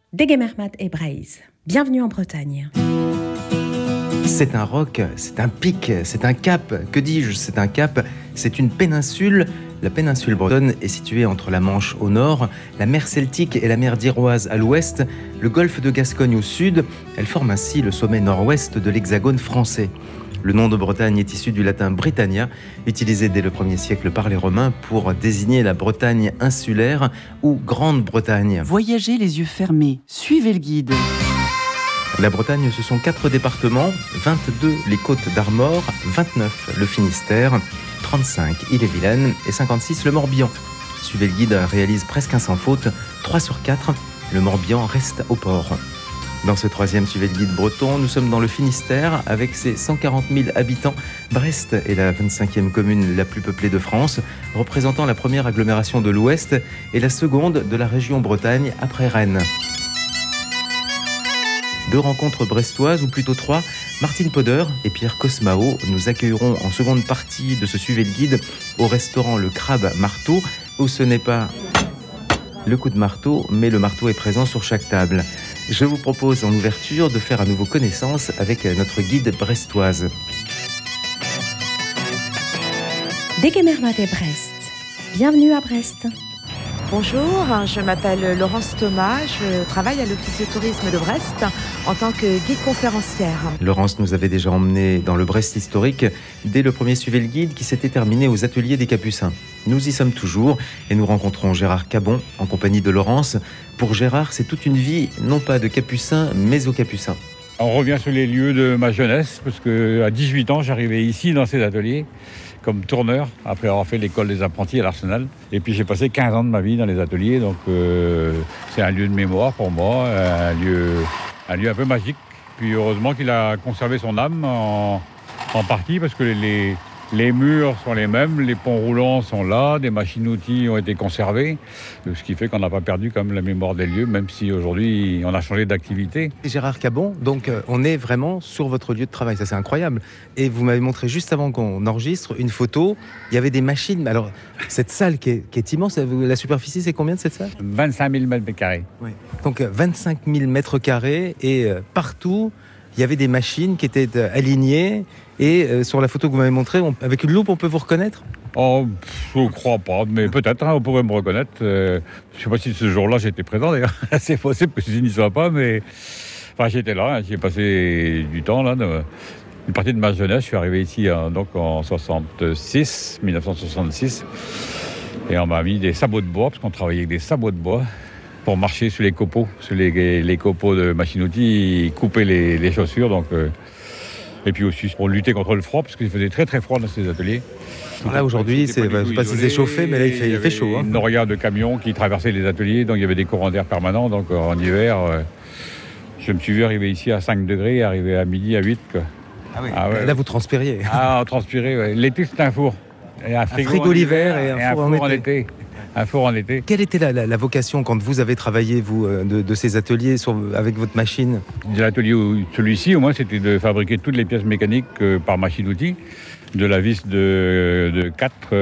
Degemermat et Braise. Bienvenue en Bretagne. C'est un roc, c'est un pic, c'est un cap. Que dis-je? C'est un cap, c'est une péninsule. La péninsule bretonne est située entre la Manche au nord, la mer Celtique et la mer d'Iroise à l'ouest, le golfe de Gascogne au sud. Elle forme ainsi le sommet nord-ouest de l'hexagone français. Le nom de Bretagne est issu du latin Britannia, utilisé dès le 1er siècle par les Romains pour désigner la Bretagne insulaire ou Grande-Bretagne. Voyagez les yeux fermés, suivez le guide. La Bretagne, ce sont 4 départements, 22 les Côtes d'Armor, 29 le Finistère, 35 Ille-et-Vilaine et 56 le Morbihan. Suivez le guide réalise presque un sans faute, 3 sur 4, le Morbihan reste au port. Dans ce 3e Suivez le guide breton, nous sommes dans le Finistère avec ses 140 000 habitants. Brest est la 25e commune la plus peuplée de France, représentant la première agglomération de l'Ouest et la seconde de la région Bretagne après Rennes. 2 rencontres brestoises, ou plutôt 3. Martine Poder et Pierre Cosmao nous accueilleront en seconde partie de ce Suivez le guide au restaurant Le Crabe Marteau, où ce n'est pas le coup de marteau, mais le marteau est présent sur chaque table. Je vous propose en ouverture de faire à nouveau connaissance avec notre guide brestoise. Degemermat et Brest. Bienvenue à Brest. Bonjour, je m'appelle Laurence Thomas, je travaille à l'Office de tourisme de Brest en tant que guide conférencière. Laurence nous avait déjà emmenés dans le Brest historique dès le 1er Suivez le guide qui s'était terminé aux ateliers des Capucins. Nous y sommes toujours et nous rencontrons Gérard Cabon en compagnie de Laurence. Pour Gérard, c'est toute une vie, non pas de Capucin, mais aux Capucins. On revient sur les lieux de ma jeunesse, parce qu'à 18 ans, j'arrivais ici dans ces ateliers comme tourneur, après avoir fait l'école des apprentis à l'Arsenal. Et puis j'ai passé 15 ans de ma vie dans les ateliers, donc c'est un lieu de mémoire pour moi, un lieu un peu magique. Puis heureusement qu'il a conservé son âme en partie, parce que les murs sont les mêmes, les ponts roulants sont là, des machines-outils ont été conservées, ce qui fait qu'on n'a pas perdu quand même la mémoire des lieux, même si aujourd'hui on a changé d'activité. Gérard Cabon, donc on est vraiment sur votre lieu de travail, ça c'est incroyable. Et vous m'avez montré juste avant qu'on enregistre une photo, il y avait des machines. Alors cette salle qui est immense, la superficie c'est combien de cette salle? 25 000 mètres carrés. Oui. Donc 25 000 mètres carrés et partout il y avait des machines qui étaient alignées. Et sur la photo que vous m'avez montrée, avec une loupe, on peut vous reconnaître? Oh, je ne crois pas, mais peut-être, on pourrait me reconnaître. Je ne sais pas si ce jour-là j'étais présent d'ailleurs. C'est possible que je n'y sois pas, mais enfin, j'étais là, j'ai passé du temps là. Une partie de ma jeunesse, je suis arrivé ici donc en 1966. Et on m'a mis des sabots de bois, parce qu'on travaillait avec des sabots de bois, pour marcher sur les copeaux. Sur les copeaux de machine-outils, couper les chaussures. Donc, et puis aussi pour lutter contre le froid, parce qu'il faisait très très froid dans ces ateliers. Là aujourd'hui, je ne sais pas si c'est chauffé, mais là il fait chaud. Une noria de camions qui traversaient les ateliers, donc il y avait des courants d'air permanents. Donc en hiver, je me suis vu arriver ici à 5 degrés, arriver à midi à 8. Quoi. Ah oui. Ah, là vous transpiriez. Ah, transpirer, ouais. L'été c'est un four. Et un frigo l'hiver et un four en été. Un four en été. Quelle était la vocation quand vous avez travaillé, vous, de ces ateliers avec votre machine? L'atelier, celui-ci, au moins, c'était de fabriquer toutes les pièces mécaniques par machine-outil, de la vis de 4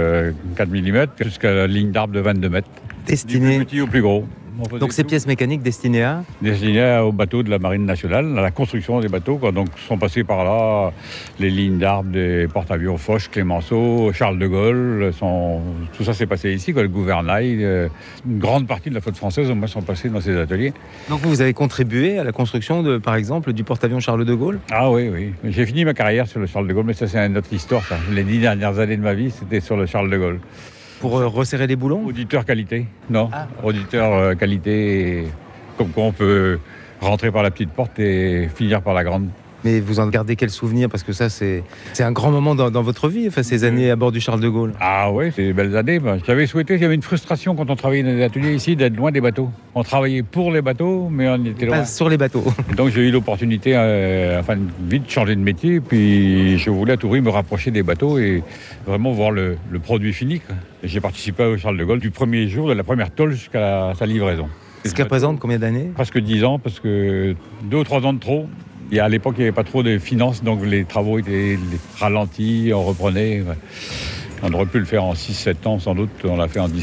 mm jusqu'à la ligne d'arbre de 22 mètres. Destinée du plus petit au plus gros. Donc ces pièces mécaniques destinées aux bateaux de la Marine nationale, à la construction des bateaux. Quoi. Donc sont passés par là les lignes d'arbres des porte-avions Foch, Clémenceau, Charles de Gaulle. Tout ça s'est passé ici, quoi. Le gouvernail. Une grande partie de la flotte française au moins sont passés dans ces ateliers. Donc vous avez contribué à la construction, par exemple, du porte-avions Charles de Gaulle? Ah oui, oui. J'ai fini ma carrière sur le Charles de Gaulle, mais ça c'est une autre histoire. Ça. Les 10 dernières années de ma vie, c'était sur le Charles de Gaulle. Pour resserrer les boulons? Auditeur qualité, non. Auditeur qualité, comme quoi on peut rentrer par la petite porte et finir par la grande. Mais vous en gardez quel souvenir? Parce que ça, c'est un grand moment dans votre vie, enfin, ces années à bord du Charles de Gaulle. Ah oui, c'est des belles années. J'avais souhaité, il y avait une frustration quand on travaillait dans les ateliers ici, d'être loin des bateaux. On travaillait pour les bateaux, mais on était loin. Pas sur les bateaux. Donc j'ai eu l'opportunité, vite changer de métier. Puis je voulais à tout prix me rapprocher des bateaux et vraiment voir le produit fini. J'ai participé au Charles de Gaulle du premier jour, de la première tôle jusqu'à sa livraison. Ce qui représente combien d'années? Presque 10 ans, parce que 2 ou 3 ans de trop. Et à l'époque, il n'y avait pas trop de finances, donc les travaux étaient ralentis, on reprenait. On aurait pu le faire en 6-7 ans, sans doute, on l'a fait en 10.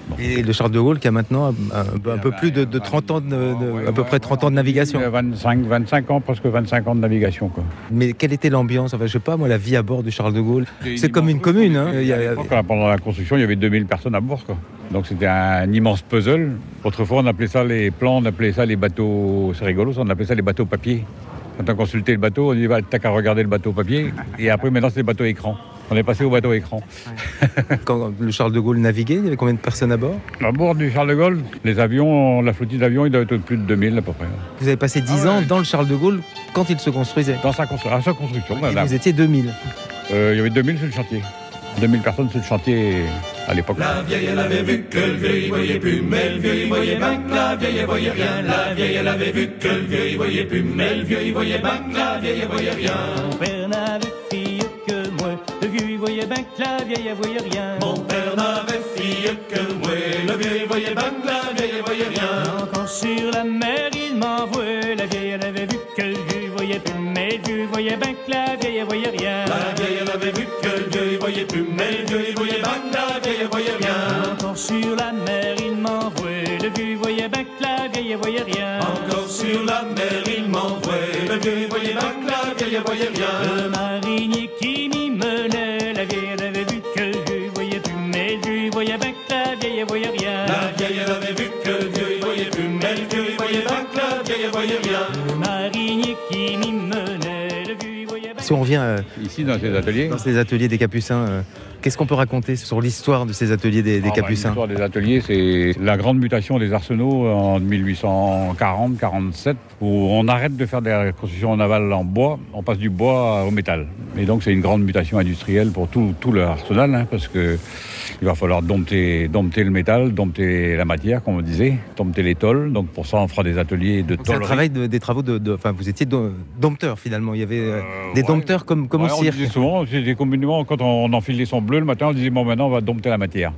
Et le Charles de Gaulle qui a maintenant un peu plus de 30 ans, à peu près 30 ans de navigation. 25 ans, presque 25 ans de navigation, quoi. Mais quelle était l'ambiance? Enfin, je sais pas, moi, la vie à bord du Charles de Gaulle, c'est comme une commune. Hein. Pendant la construction, il y avait 2000 personnes à bord, quoi. Donc c'était un immense puzzle. Autrefois, on appelait ça les plans, on appelait ça les bateaux, c'est rigolo, on appelait ça les bateaux papier. Quand on consultait le bateau, on disait t'as qu'à regarder le bateau papier. Et après, maintenant, c'est les bateaux écran. On est passé au bateau écran. Quand le Charles de Gaulle naviguait, il y avait combien de personnes à bord? À bord du Charles de Gaulle, les avions, la flottille d'avions, il doit être plus de 2000 à peu près. Vous avez passé 10 ans dans le Charles de Gaulle quand il se construisait? Dans sa construction, Et madame. vous étiez 2000? Il y avait 2000 sur le chantier. 2000 personnes sur le chantier à l'époque. La vieille, elle avait vu que le vieux, il voyait plus, mais le vieux, il voyait bien que la vieille, elle voyait rien. La vieille, elle avait vu que le vieux, il voyait plus, mais le vieux, il voyait bien que la vieille, elle voyait rien. Mon père n'avait fille que moi, le vieux, il voyait bien que la vieille, elle voyait rien. Mon père n'avait fille que moi, le vieux, il voyait bien que la vieille, elle voyait rien. Encore sur la mer, il m'envoie, la vieille, elle avait vu que le vieux, il voyait plus, mais le vieux, il voyait bien que la vieille, elle voyait rien. La vieille, elle avait vu que le vieux, il voyait plus, mais le vieux, il voyait bien que la vieille, elle voyait rien. Encore sur la mer, il m'envoie, le vieux, il voyait bien que la vieille, elle voyait rien. Encore sur la mer, il m'envoie, le vieux, il voyait bien que la vieille, elle voyait rien. Le marinier qui m'y menait, la vieille, elle avait vu que le vieux, il voyait plus, mais le vieux, il voyait bien que la vieille, elle voyait rien. La vieille, elle avait vu que le vieux, il voyait plus, mais le vieux, il voyait bien que la vieille, elle voyait rien. Le marinier qui m'y menait, le vieux, il voyait bien. Si on revient Ici, dans ces ateliers, dans ces ateliers des Capucins, qu'est-ce qu'on peut raconter sur l'histoire de ces ateliers des Capucins? L'histoire des ateliers, c'est la grande mutation des arsenaux en 1840-47, où on arrête de faire des constructions navales en bois, on passe du bois au métal. Et donc c'est une grande mutation industrielle pour tout l'arsenal, hein, parce que il va falloir dompter le métal, dompter la matière, comme on disait, dompter les tôles. Donc pour ça, on fera des ateliers de Donc c'est un tôlerie. travail des travaux enfin, vous étiez dompteur finalement. Il y avait des dompteurs comme au On cirque. disait souvent, c'était communément, quand on enfilait son bleu le matin, on disait bon, maintenant on va dompter la matière.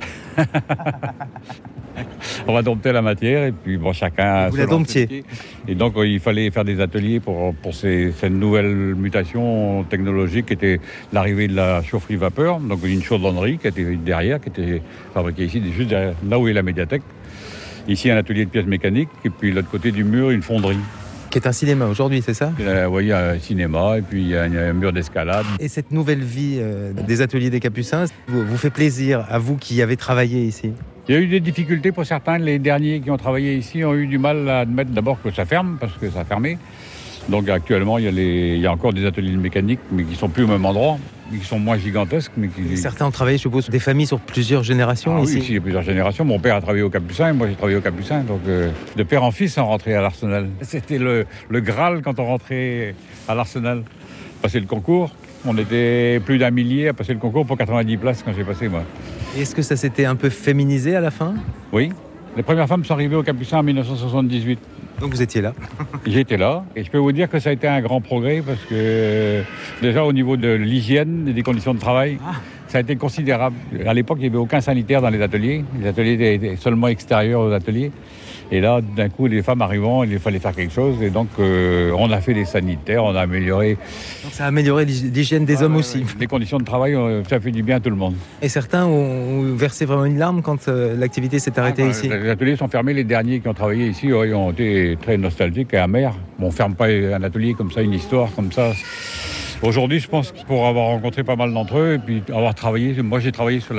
On va dompter la matière et puis bon, chacun. Vous la domptiez. métier. Et donc il fallait faire des ateliers pour cette nouvelle mutation technologique qui était l'arrivée de la chaufferie vapeur, donc une chaudronnerie qui était derrière, qui était fabriquée ici, juste derrière, là où est la médiathèque. Ici un atelier de pièces mécaniques et puis de l'autre côté du mur une fonderie. Qui est un cinéma aujourd'hui, c'est ça? Vous voyez un cinéma et puis il y a un mur d'escalade. Et cette nouvelle vie des ateliers des Capucins vous fait plaisir à vous qui avez travaillé ici? Il y a eu des difficultés pour certains. Les derniers qui ont travaillé ici ont eu du mal à admettre d'abord que ça ferme, parce que ça a fermé. Donc actuellement, il y a encore des ateliers de mécanique, mais qui ne sont plus au même endroit, mais qui sont moins gigantesques. Mais qui... Certains ont travaillé, je suppose, des familles sur plusieurs générations ici. Oui, ici, il y a plusieurs générations. Mon père a travaillé au Capucin, et moi j'ai travaillé au Capucin. Donc de père en fils, on rentrait à l'Arsenal. C'était le Graal quand on rentrait à l'Arsenal. Passer le concours. On était plus d'un millier à passer le concours pour 90 places quand j'ai passé, moi. Et est-ce que ça s'était un peu féminisé à la fin? Oui. Les premières femmes sont arrivées au Capucin en 1978. Donc vous étiez là? J'étais là et je peux vous dire que ça a été un grand progrès parce que déjà au niveau de l'hygiène et des conditions de travail, ça a été considérable. À l'époque, il n'y avait aucun sanitaire dans les ateliers. Les ateliers étaient seulement extérieurs aux ateliers. Et là, d'un coup, les femmes arrivant, il fallait faire quelque chose. Et donc, on a fait des sanitaires, on a amélioré... Donc ça a amélioré l'hygiène des hommes aussi. Les conditions de travail, ça fait du bien à tout le monde. Et certains ont versé vraiment une larme quand l'activité s'est arrêtée ici? Les ateliers sont fermés. Les derniers qui ont travaillé ici ont été très nostalgiques et amers. Bon, on ne ferme pas un atelier comme ça, une histoire comme ça. Aujourd'hui, je pense que pour avoir rencontré pas mal d'entre eux et puis avoir travaillé... Moi, j'ai travaillé sur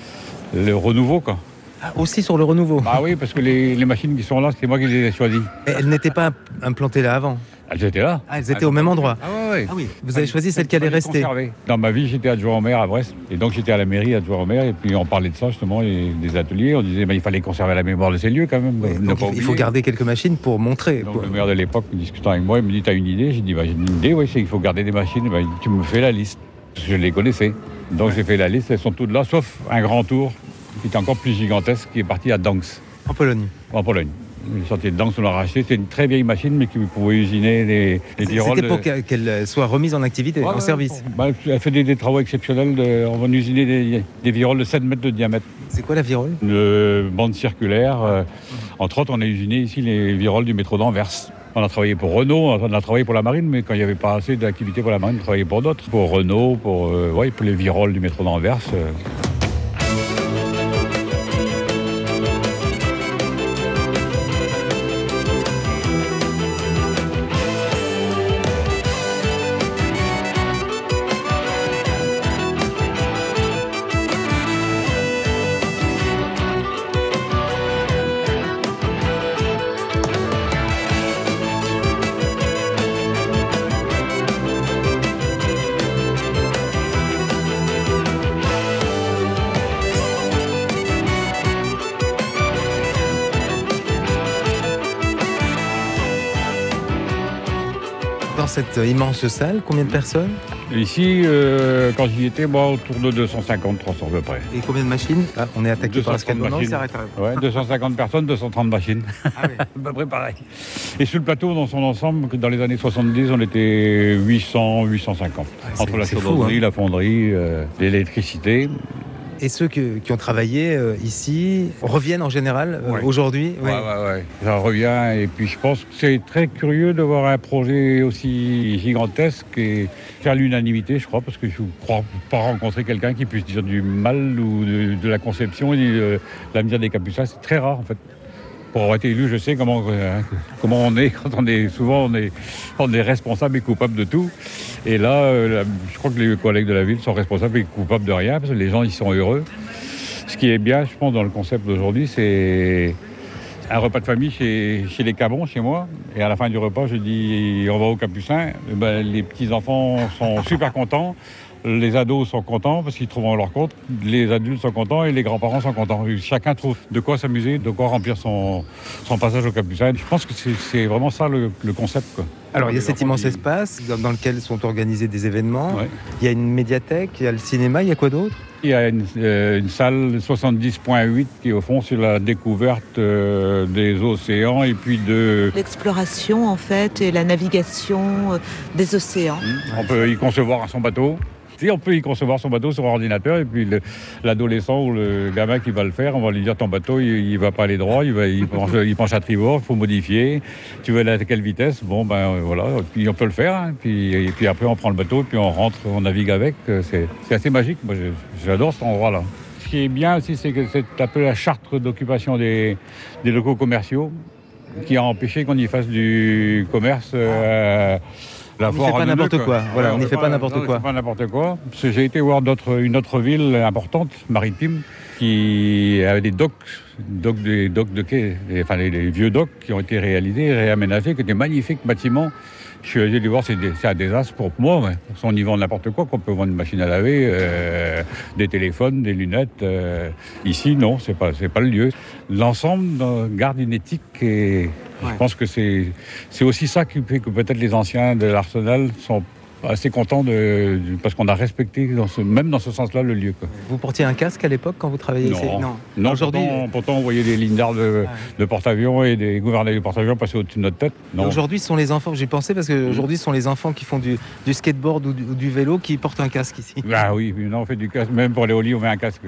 le renouveau, quoi. Ah, aussi sur le renouveau? Bah oui, parce que les machines qui sont là, c'est moi qui les ai choisies. Et elles n'étaient pas implantées là avant? Elles étaient là. Ah, elles étaient au même endroit? Ah ouais. Ah oui, vous avez choisi celle qui allait rester? Dans ma vie, j'étais adjoint au maire à Brest. Et donc, j'étais à la mairie adjoint au maire. Et puis, on parlait de ça, justement, des ateliers. On disait, il fallait conserver la mémoire de ces lieux, quand même. Oui, donc il faut garder quelques machines pour montrer. Donc, le maire de l'époque, discutant avec moi, il me dit, t'as une idée? J'ai dit, j'ai une idée, oui, c'est qu'il faut garder des machines. Il dit, tu me fais la liste. Je les connaissais. Donc, j'ai fait la liste. Elles sont toutes là, sauf un grand tour qui est encore plus gigantesque, qui est parti à Gdańsk. En Pologne? En Pologne. Le chantier de Gdańsk, on l'a racheté. C'était une très vieille machine, mais qui pouvait usiner des virolles. C'était pour qu'elle soit remise en activité, en service? Elle fait des travaux exceptionnels. On va usiner des virolles de 7 mètres de diamètre. C'est quoi la virole? Une bande circulaire. Entre autres, on a usiné ici les virolles du métro d'Anvers. On a travaillé pour Renault, on a travaillé pour la marine, mais quand il n'y avait pas assez d'activité pour la marine, on travaillait pour d'autres. Pour Renault, pour les virolles du métro d'Anvers. cette immense salle, combien de personnes? Ici, quand j'y étais, moi, autour de 250, 300 à peu près. Et combien de machines? On est attaqué par la scène. Non, il s'arrête. Ouais, 250 personnes, 230 machines. Ah oui. À peu près pareil. Et sur le plateau, dans son ensemble, dans les années 70, on était 800, 850. Entre la chaudronnerie, la fonderie, l'électricité. Et ceux qui ont travaillé ici reviennent en général aujourd'hui? Ouais. Ça revient. Et puis je pense que c'est très curieux de voir un projet aussi gigantesque et faire l'unanimité, je crois, parce que je ne crois pas rencontrer quelqu'un qui puisse dire du mal ou de la conception et de la misère des Capucins. C'est très rare en fait. Pour avoir été élu, je sais comment on est quand on est responsable et coupable de tout. Et là, je crois que les collègues de la ville sont responsables et coupables de rien, parce que les gens y sont heureux. Ce qui est bien, je pense, dans le concept d'aujourd'hui, c'est un repas de famille chez les Cabons, chez moi. Et à la fin du repas, je dis on va au Capucin. Les petits-enfants sont super contents. Les ados sont contents parce qu'ils trouvent leur compte, les adultes sont contents et les grands-parents sont contents. Chacun trouve de quoi s'amuser, de quoi remplir son passage au Capucin. Je pense que c'est vraiment ça le concept, quoi. Alors il y a cet immense espace dans lequel sont organisés des événements. Ouais. Il y a une médiathèque, il y a le cinéma, il y a quoi d'autre? Il y a une salle 70.8 qui est au fond sur la découverte des océans et puis de... L'exploration en fait et la navigation des océans. On peut y concevoir son bateau. On peut y concevoir son bateau sur ordinateur et puis l'adolescent ou le gamin qui va le faire, on va lui dire ton bateau il va pas aller droit, il penche à tribord, il faut modifier. Tu veux aller à quelle vitesse? Bon voilà, puis on peut le faire. Hein. Et puis après on prend le bateau, puis on rentre, on navigue avec. C'est assez magique. Moi j'adore cet endroit-là. Ce qui est bien aussi, c'est que c'est un peu la charte d'occupation des locaux commerciaux qui a empêché qu'on y fasse du commerce. On n'y fait pas n'importe quoi. Voilà, on n'y fait pas n'importe quoi. Pas n'importe quoi. Parce que j'ai été voir une autre ville importante, maritime, qui avait des docks de quai, les vieux docks qui ont été réalisés, réaménagés, qui étaient magnifiques bâtiments. Je suis allé les voir, c'est un désastre pour moi. Ouais. On y vend n'importe quoi, qu'on peut vendre une machine à laver, des téléphones, des lunettes. Ici, non, c'est pas le lieu. L'ensemble garde une éthique et je pense que c'est aussi ça qui fait que peut-être les anciens de l'Arsenal sont assez contents parce qu'on a respecté même dans ce sens-là le lieu, quoi. Vous portiez un casque à l'époque quand vous travailliez ici? Non. Aujourd'hui, pourtant on voyait des lignes d'arbres de porte-avions et des gouverneurs du porte-avions passer au-dessus de notre tête. Aujourd'hui, ce sont les enfants, j'ai pensé, parce qu'aujourd'hui, ce sont les enfants qui font du skateboard ou du vélo qui portent un casque ici. Ah oui, on fait du casque, même pour les Oli, on met un casque.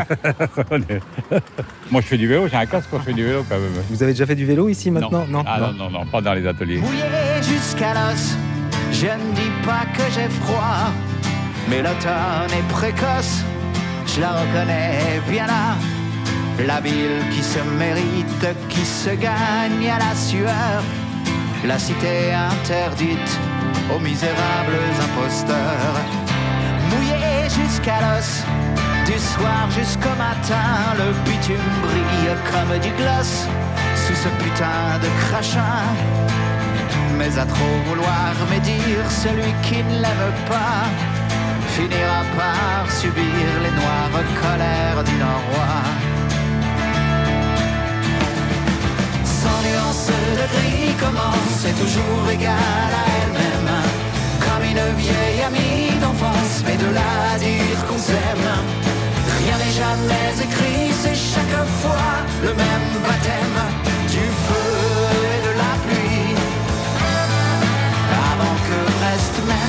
Moi je fais du vélo, j'ai un casque quand je fais du vélo quand même. Vous avez déjà fait du vélo ici maintenant? Non, pas dans les ateliers. Mouillé jusqu'à l'os, je ne dis pas que j'ai froid, mais l'automne est précoce, je la reconnais bien là. La ville qui se mérite, qui se gagne à la sueur, la cité interdite aux misérables imposteurs. Mouillé jusqu'à l'os, du soir jusqu'au matin, le bitume brille comme du gloss sous ce putain de crachin. Mais à trop vouloir médire, celui qui ne l'aime pas finira par subir les noires colères du Nord-Roi. Sans nuance de gris commence, c'est toujours égal à elle-même, comme une vieille amie d'enfance, mais de là à dire qu'on s'aime, rien n'est jamais écrit, c'est chaque fois le même baptême du feu et de la pluie, avant que reste même.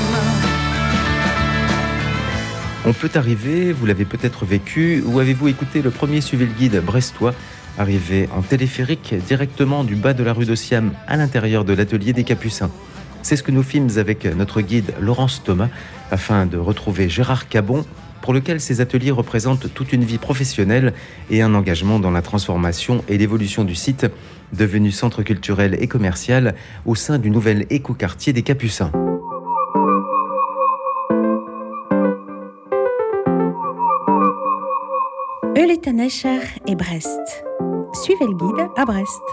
On peut arriver, vous l'avez peut-être vécu, ou avez-vous écouté le premier Suivez le guide brestois, arrivé en téléphérique directement du bas de la rue de Siam à l'intérieur de l'atelier des Capucins. C'est ce que nous filmes avec notre guide Laurence Thomas, afin de retrouver Gérard Cabon, pour lequel ces ateliers représentent toute une vie professionnelle et un engagement dans la transformation et l'évolution du site, devenu centre culturel et commercial au sein du nouvel écoquartier des Capucins. Euletenecher et Brest. Suivez le guide à Brest.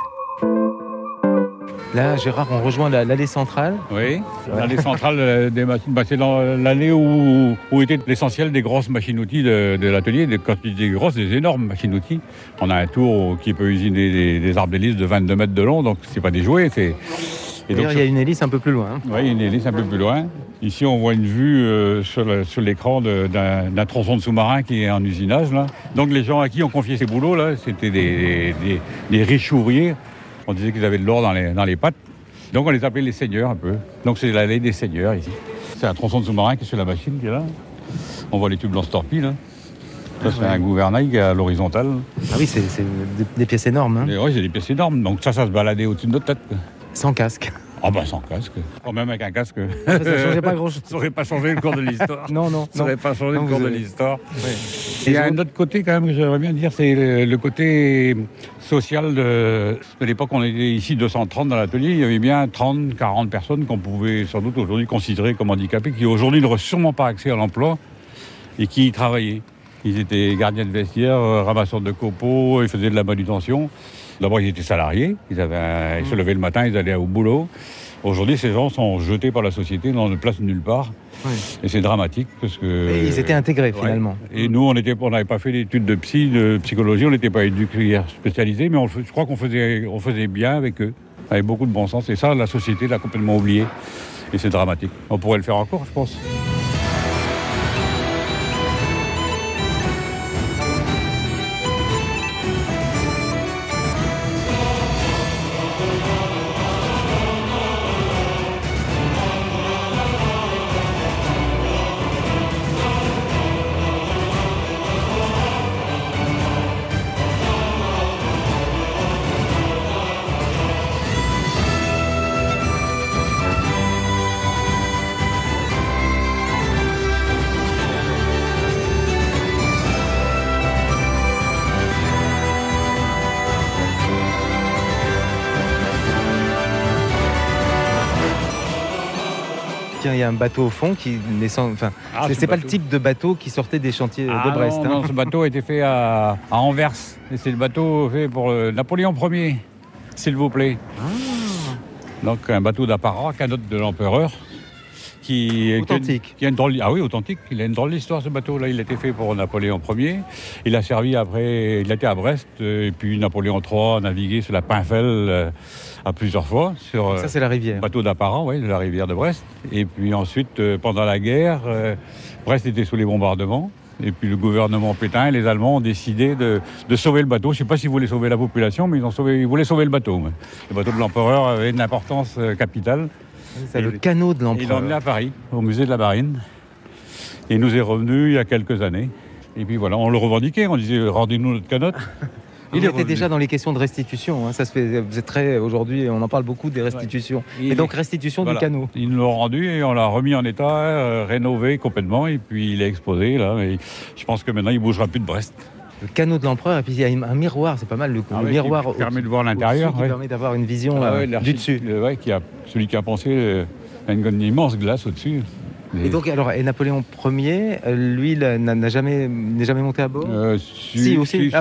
Là, Gérard, on rejoint l'allée centrale. Oui, l'allée centrale des machines. C'est dans l'allée où était l'essentiel des grosses machines-outils de l'atelier. Quand je dis des grosses, des énormes machines-outils. On a un tour qui peut usiner des arbres d'hélice de 22 mètres de long, donc c'est pas des jouets. Et d'ailleurs, il y a une hélice un peu plus loin. Oui, il y a une hélice un peu plus loin. Ici, on voit une vue sur l'écran d'un tronçon de sous-marin qui est en usinage. Là. Donc les gens à qui on confiait ces boulots, là, c'était des riches ouvriers. On disait qu'ils avaient de l'or dans les pattes. Donc on les appelait les seigneurs un peu. Donc c'est l'allée des seigneurs ici. C'est un tronçon de sous-marin qui est sur la machine qui est là. On voit les tubes lance-torpilles là. Ça, c'est un gouvernail qui est à l'horizontale. Ah oui, c'est des pièces énormes. Hein. Oui, c'est des pièces énormes. Donc ça se baladait au-dessus de notre tête. Quoi. Sans casque. Ah bah sans casque. Quand même avec un casque. Ça ne changeait pas grand-chose. Ça n'aurait pas changé le cours de l'histoire. Non. Ça n'aurait pas changé le cours de l'histoire. Ouais. Et il y a un autre côté quand même que j'aimerais bien dire, c'est le côté social de l'époque. On était ici 230 dans l'atelier. Il y avait bien 30, 40 personnes qu'on pouvait sans doute aujourd'hui considérer comme handicapées, qui aujourd'hui n'auraient sûrement pas accès à l'emploi et qui y travaillaient. Ils étaient gardiens de vestiaire, ramasseurs de copeaux, ils faisaient de la manutention. D'abord, ils étaient salariés, ils se levaient le matin, ils allaient au boulot. Aujourd'hui, ces gens sont jetés par la société dans une place nulle part. Oui. Et c'est dramatique parce que... Et ils étaient intégrés finalement. Et nous, on n'avait pas fait d'études de psychologie, on n'était pas éduqués spécialisés, mais je crois qu'on faisait bien avec eux, avec beaucoup de bon sens. Et ça, la société l'a complètement oublié. Et c'est dramatique. On pourrait le faire encore, je pense. Tiens, il y a un bateau au fond qui descend. Enfin, c'est pas le type de bateau qui sortait des chantiers de Brest. Non, ce bateau a été fait à Anvers. Et c'est le bateau fait pour Napoléon Ier, s'il vous plaît. Donc un bateau d'apparat, canotte de l'empereur. Authentique. Qui a une drôle, ah oui, authentique. Il a une drôle d'histoire, ce bateau-là. Il a été fait pour Napoléon Ier. Il a servi après, il a été à Brest. Et puis Napoléon III a navigué sur la Pinfel à plusieurs fois. Ça, c'est la rivière. Bateau d'apparat, oui, de la rivière de Brest. Et puis ensuite, pendant la guerre, Brest était sous les bombardements. Et puis le gouvernement Pétain et les Allemands ont décidé de sauver le bateau. Je ne sais pas s'ils voulaient sauver la population, mais ils voulaient sauver le bateau. Le bateau de l'empereur avait une importance capitale. C'est le canot de l'empereur. Il l'a emmené à Paris, au musée de la Marine. Et il nous est revenu il y a quelques années. Et puis voilà, on le revendiquait, on disait rendez-nous notre canotte. Il était déjà dans les questions de restitution. Hein. Ça se fait, vous êtes très aujourd'hui, on en parle beaucoup des restitutions. Ouais. Et donc restitution du canot. Ils nous l'ont rendu et on l'a remis en état, rénové complètement. Et puis il est exposé là. Et je pense que maintenant il bougera plus de Brest. Le canot de l'empereur, et puis il y a un miroir, c'est pas mal le miroir qui permet de voir l'intérieur, qui permet d'avoir une vision du dessus. Celui qui a pensé a une immense glace au-dessus. Et donc alors, et Napoléon Ier, lui, n'est jamais monté à bord. Si.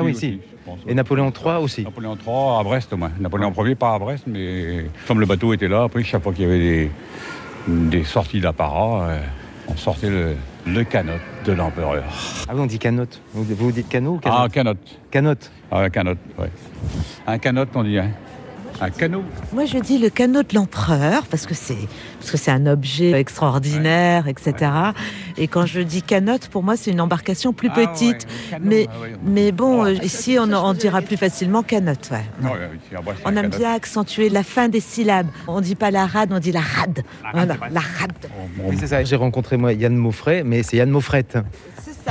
Et Napoléon III aussi. Napoléon III à Brest au moins. Napoléon Ier pas à Brest, mais comme le bateau était là, après chaque fois qu'il y avait des sorties d'apparat, on sortait le canotte de l'empereur. Ah oui, on dit canotte. Vous dites canot ou canotte? Ah, canotte. Canotte. Ah, canotte, oui. Un canotte, on dit, hein. Un canot. Moi, je dis le canot de l'empereur parce que c'est un objet extraordinaire, etc. Ouais. Et quand je dis canotte, pour moi, c'est une embarcation plus petite. Ouais, mais bon, ici, on dira plus facilement canotte. Ouais. On aime bien accentuer la fin des syllabes. On dit pas la rade, on dit la rade. Voilà, la rade. Oui, c'est ça. J'ai rencontré moi Yann Moffret, mais c'est Yann Moffrette. C'est ça.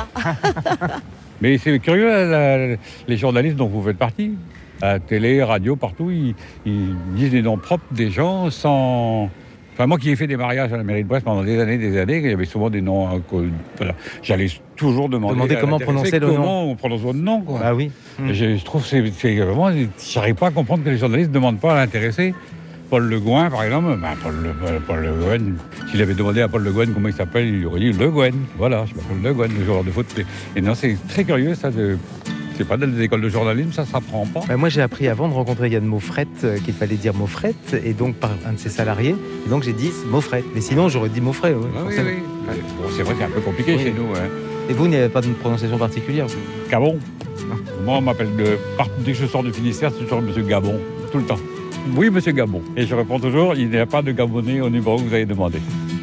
Mais c'est curieux, les journalistes dont vous faites partie. À la télé, radio, partout, ils disent les noms propres des gens sans... Enfin, moi qui ai fait des mariages à la mairie de Brest pendant des années, il y avait souvent des noms... Voilà. J'allais toujours demander comment prononcer le nom. Comment on prononce votre nom, quoi. Ah oui. Je trouve que c'est vraiment... J'arrive pas à comprendre que les journalistes ne demandent pas à l'intéressé. Paul Le Guen, par exemple, Paul Le Guen, s'il avait demandé à Paul Le Guen comment il s'appelle, il aurait dit Le Guen. Voilà, je m'appelle Le Guen, le joueur de foot. Et non, c'est très curieux, ça, c'est pas dans les écoles de journalisme, ça s'apprend pas. Moi, j'ai appris avant de rencontrer Yann Moffrette qu'il fallait dire Moffrette, et donc par un de ses salariés. Et donc j'ai dit Moffrette. Mais sinon, j'aurais dit Moffret. Oui. Bon, c'est vrai que c'est un peu compliqué chez nous. Hein. Et vous n'avez pas de prononciation particulière? Gabon. Moi, on m'appelle dès que je sors du Finistère, c'est toujours Monsieur Gabon, tout le temps. Oui, monsieur Gabon. Et je réponds toujours, il n'y a pas de Gabonais au numéro que vous avez demandé.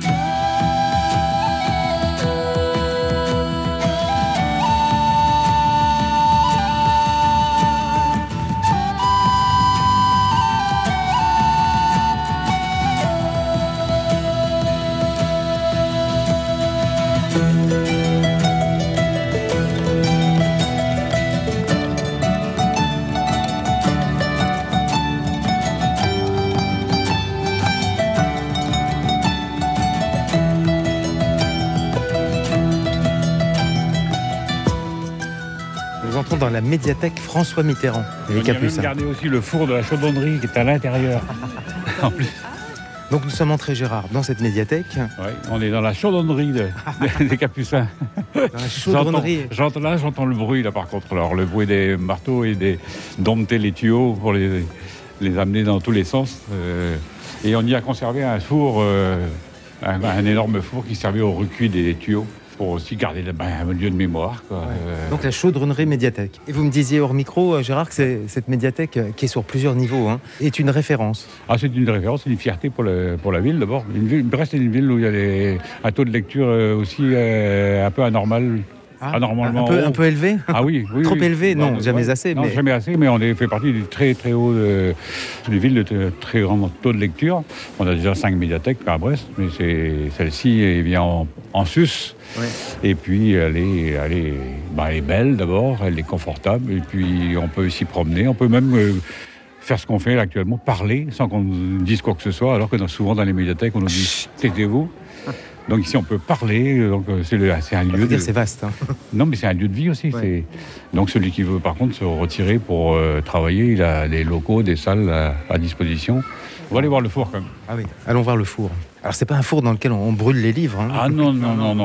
Nous entrons dans la médiathèque François Mitterrand. Les On y a même Capucins. gardé aussi le four de la chaudronnerie qui est à l'intérieur. En plus. Donc nous sommes entrés, Gérard, dans cette médiathèque. Ouais, on est dans la chaudronnerie des Capucins. Dans la chaudronnerie. J'entends le bruit là par contre. Alors le bruit des marteaux et des dompter les tuyaux pour les amener dans tous les sens. Et on y a conservé un four, un énorme four qui servait au recuit des tuyaux pour aussi garder un lieu de mémoire. Quoi. Donc la chaudronnerie médiathèque. Et vous me disiez hors micro, Gérard, que cette médiathèque, qui est sur plusieurs niveaux, est une référence. Ah, c'est une référence, c'est une fierté pour la ville d'abord. Brest est une ville où il y a un taux de lecture aussi un peu anormal. Anormalement un peu élevé. Ah oui. Trop élevé. Non, jamais assez. Non, mais... jamais assez, mais on fait partie du très très haut d'une ville de très grand taux de lecture. On a déjà 5 médiathèques à Brest, mais celle-ci est bien en sus. Ouais. Et puis elle est belle d'abord, elle est confortable, et puis on peut s'y promener, on peut même faire ce qu'on fait actuellement, parler sans qu'on dise quoi que ce soit, alors que souvent dans les médiathèques on nous dit taisez-vous. Donc ici on peut parler, donc c'est un lieu. C'est vaste. Non, mais c'est un lieu de vie aussi. Ouais. Donc celui qui veut par contre se retirer pour travailler, il a des locaux, des salles à disposition. On va aller voir le four quand même. Ah oui, allons voir le four. Alors c'est pas un four dans lequel on brûle les livres. Ah non,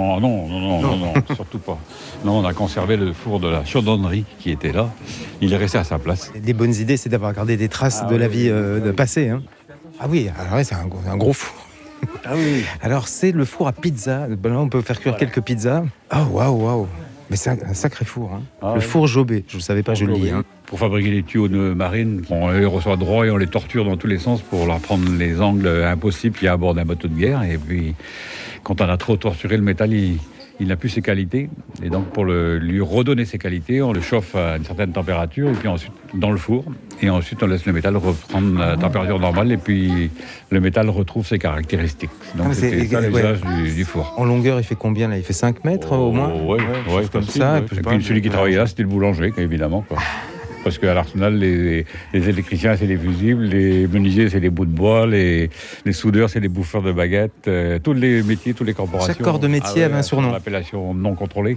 surtout pas. Non, on a conservé le four de la chaudronnerie qui était là. Il est resté à sa place. Des bonnes idées, c'est d'avoir gardé des traces de la vie passée. Ah oui, alors c'est un gros four. Ah oui. Alors c'est le four à pizza. Là on peut faire cuire quelques pizzas. Oh waouh. Mais c'est un sacré four. Le four Jobé. Je ne savais pas, je le lis. Pour fabriquer les tuyaux de marine, on les reçoit droit et on les torture dans tous les sens pour leur prendre les angles impossibles qu'il y a à bord d'un bateau de guerre. Et puis, quand on a trop torturé le métal, il n'a plus ses qualités. Et donc, pour lui redonner ses qualités, on le chauffe à une certaine température et puis ensuite dans le four. Et ensuite, on laisse le métal reprendre la température normale et puis le métal retrouve ses caractéristiques. Donc, c'est ça l'usage du four. En longueur, il fait combien là ? Il fait 5 mètres au moins ? Oui, comme ça. Et puis celui qui travaillait là, c'était le boulanger, évidemment. Quoi. Parce qu'à l'Arsenal, les électriciens, c'est les fusibles, les menuisiers, c'est les bouts de bois, les soudeurs, c'est les bouffeurs de baguettes, tous les métiers, toutes les corporations. Chaque corps de métier avait un surnom. L'appellation non contrôlée.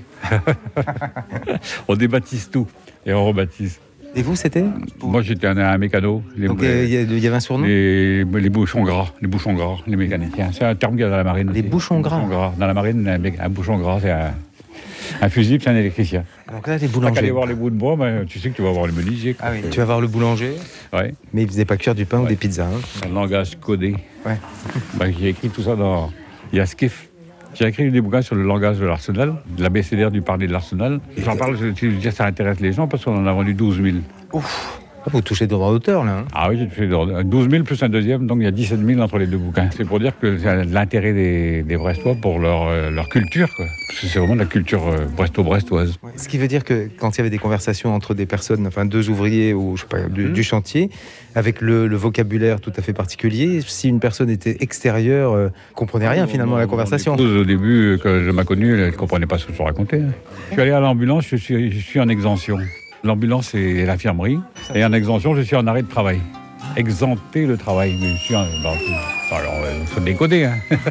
On débaptise tout et on rebaptise. Et vous, c'était ? Moi, j'étais un mécano. Donc, il y avait un surnom ? Les bouchons gras, les mécaniciens. C'est un terme qu'il y a dans la marine. Les bouchons gras. Dans la marine, un bouchon gras, c'est un fusible, c'est un électricien. Donc là, les boulangers. Tu aller voir les bouts de bois, tu sais que tu vas voir le menuisier. Ah oui, tu vas voir le boulanger. Ouais. Mais il ne faisait pas cuire du pain ou des pizzas. C'est un langage codé. Ouais. J'ai écrit tout ça dans... Il y a Skiff. J'ai écrit des bouquins sur le langage de l'Arsenal, de l'abécédaire du parler de l'Arsenal. J'en parle, ça intéresse les gens parce qu'on en a vendu 12 000. Ouf. Vous touchez droit d'auteur, là. Ah oui, j'ai touché 12 000 plus un deuxième, donc il y a 17 000 entre les deux bouquins. C'est pour dire que c'est l'intérêt des Brestois pour leur culture, quoi. Parce que c'est vraiment de la culture bresto-brestoise. Ouais. Ce qui veut dire que quand il y avait des conversations entre des personnes, enfin 2 ouvriers ou je sais pas, du chantier, avec le vocabulaire tout à fait particulier, si une personne était extérieure, comprenait rien finalement à la conversation. Au début, quand je m'ai connu, elle ne comprenait pas ce que je racontais. Je suis allé à l'ambulance, je suis en exemption. L'ambulance, c'est l'infirmerie. Et en exemption, je suis en arrêt de travail. Exempter le travail. Mais je suis en... Alors, il faut décoder.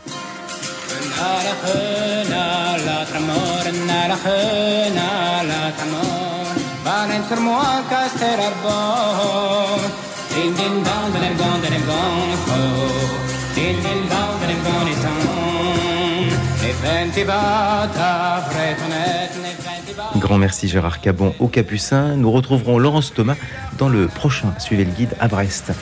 Grand merci Gérard Cabon aux Capucins. Nous retrouverons Laurence Thomas dans le prochain Suivez le guide à Brest.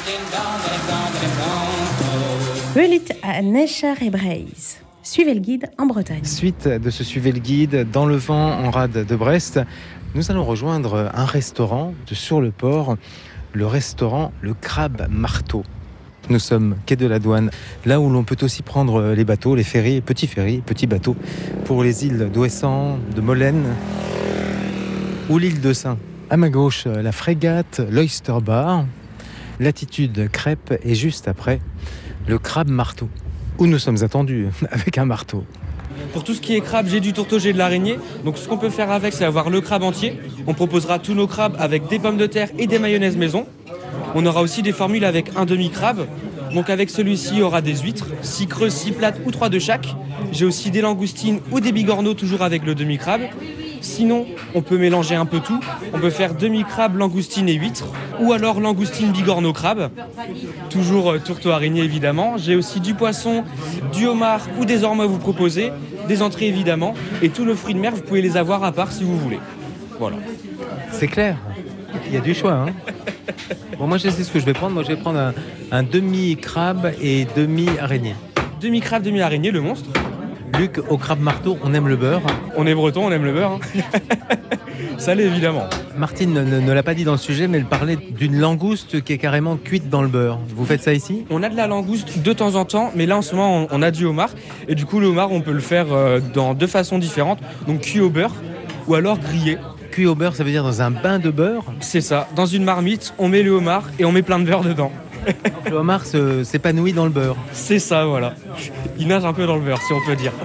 Huelit à Necher et Breise. Suivez le guide en Bretagne. Suite de ce Suivez le guide dans le vent en rade de Brest, nous allons rejoindre un restaurant sur le port le restaurant Le Crabe Marteau. Nous sommes quai de la Douane, là où l'on peut aussi prendre les bateaux, les ferries, petits bateaux, pour les îles d'Ouessant, de Molène ou l'île de Saint. À ma gauche, la frégate, l'Oyster Bar, l'attitude crêpe et juste après, le Crabe Marteau, où nous sommes attendus avec un marteau. Pour tout ce qui est crabe, j'ai du tourteau, j'ai de l'araignée. Donc ce qu'on peut faire avec, c'est avoir le crabe entier. On proposera tous nos crabes avec des pommes de terre et des mayonnaises maison. On aura aussi des formules avec un demi-crabe. Donc avec celui-ci, il y aura des huîtres, 6 creuses, 6 plates ou 3 de chaque. J'ai aussi des langoustines ou des bigorneaux, toujours avec le demi-crabe. Sinon, on peut mélanger un peu tout. On peut faire demi-crabe, langoustine et huîtres. Ou alors langoustine, bigorneau, crabe. Toujours tourteau araignée, évidemment. J'ai aussi du poisson, du homard ou des ormeaux à vous proposer. Des entrées, évidemment. Et tous nos fruits de mer, vous pouvez les avoir à part si vous voulez. Voilà. C'est clair. Il y a du choix. Bon, moi, je sais ce que je vais prendre. Moi, je vais prendre un demi-crabe et demi-araignée. Demi-crabe, demi-araignée, le monstre. Luc, au crabe marteau, on aime le beurre. On est breton, on aime le beurre. Salé, évidemment. Martine ne l'a pas dit dans le sujet, mais elle parlait d'une langouste qui est carrément cuite dans le beurre. Vous faites ça ici ? On a de la langouste de temps en temps, mais là, en ce moment, on a du homard. Et du coup, le homard, on peut le faire dans 2 façons différentes. Donc, cuit au beurre ou alors grillé. Cuit au beurre, ça veut dire dans un bain de beurre ? C'est ça. Dans une marmite, on met le homard et on met plein de beurre dedans. Donc, le homard s'épanouit dans le beurre. C'est ça, voilà. Il nage un peu dans le beurre, si on peut dire.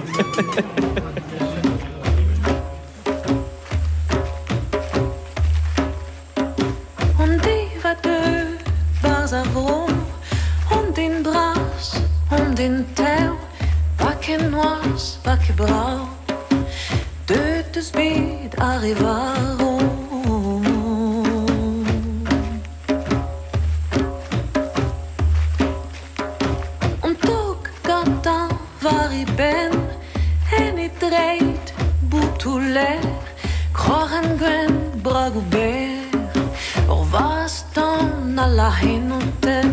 On dit va de Bazavro, on din dras, on din teu, vaken noas, vaken bra, de te speed arrivaro. Ben en ik dreid boetoeler, krogen gwen bragoubert, or was dan alla hinonten.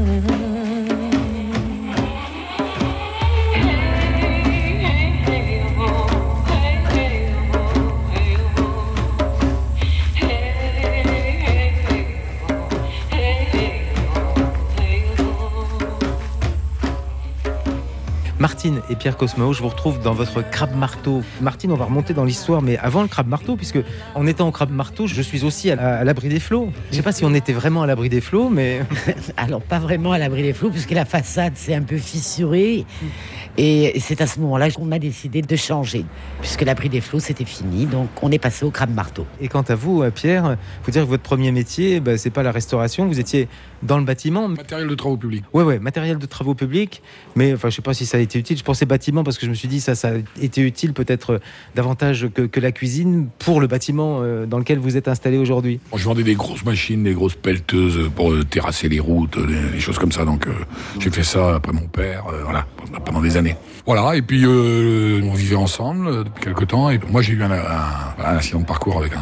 Martine et Pierre Cosmao, je vous retrouve dans votre crabe marteau. Martine, on va remonter dans l'histoire, mais avant le crabe marteau, puisque en étant au crabe marteau, je suis aussi à l'abri des flots. Je ne sais pas si on était vraiment à l'abri des flots, mais... Alors, pas vraiment à l'abri des flots, puisque la façade s'est un peu fissurée. Et c'est à ce moment-là qu'on a décidé de changer, puisque l'abri des flots, c'était fini. Donc, on est passé au crabe marteau. Et quant à vous, Pierre, il faut dire que votre premier métier, c'est pas la restauration, vous étiez dans le bâtiment. Matériel de travaux publics. Ouais, matériel de travaux publics. Mais enfin, je sais pas si ça a été utile. Je pensais bâtiment parce que je me suis dit ça a été utile peut-être davantage que la cuisine pour le bâtiment dans lequel vous êtes installé aujourd'hui. Je vendais des grosses machines, des grosses pelleteuses pour terrasser les routes, des choses comme ça. Donc j'ai fait ça après mon père, voilà, pendant des années. Voilà, et puis on vivait ensemble depuis quelques temps. Et moi j'ai eu un accident de parcours avec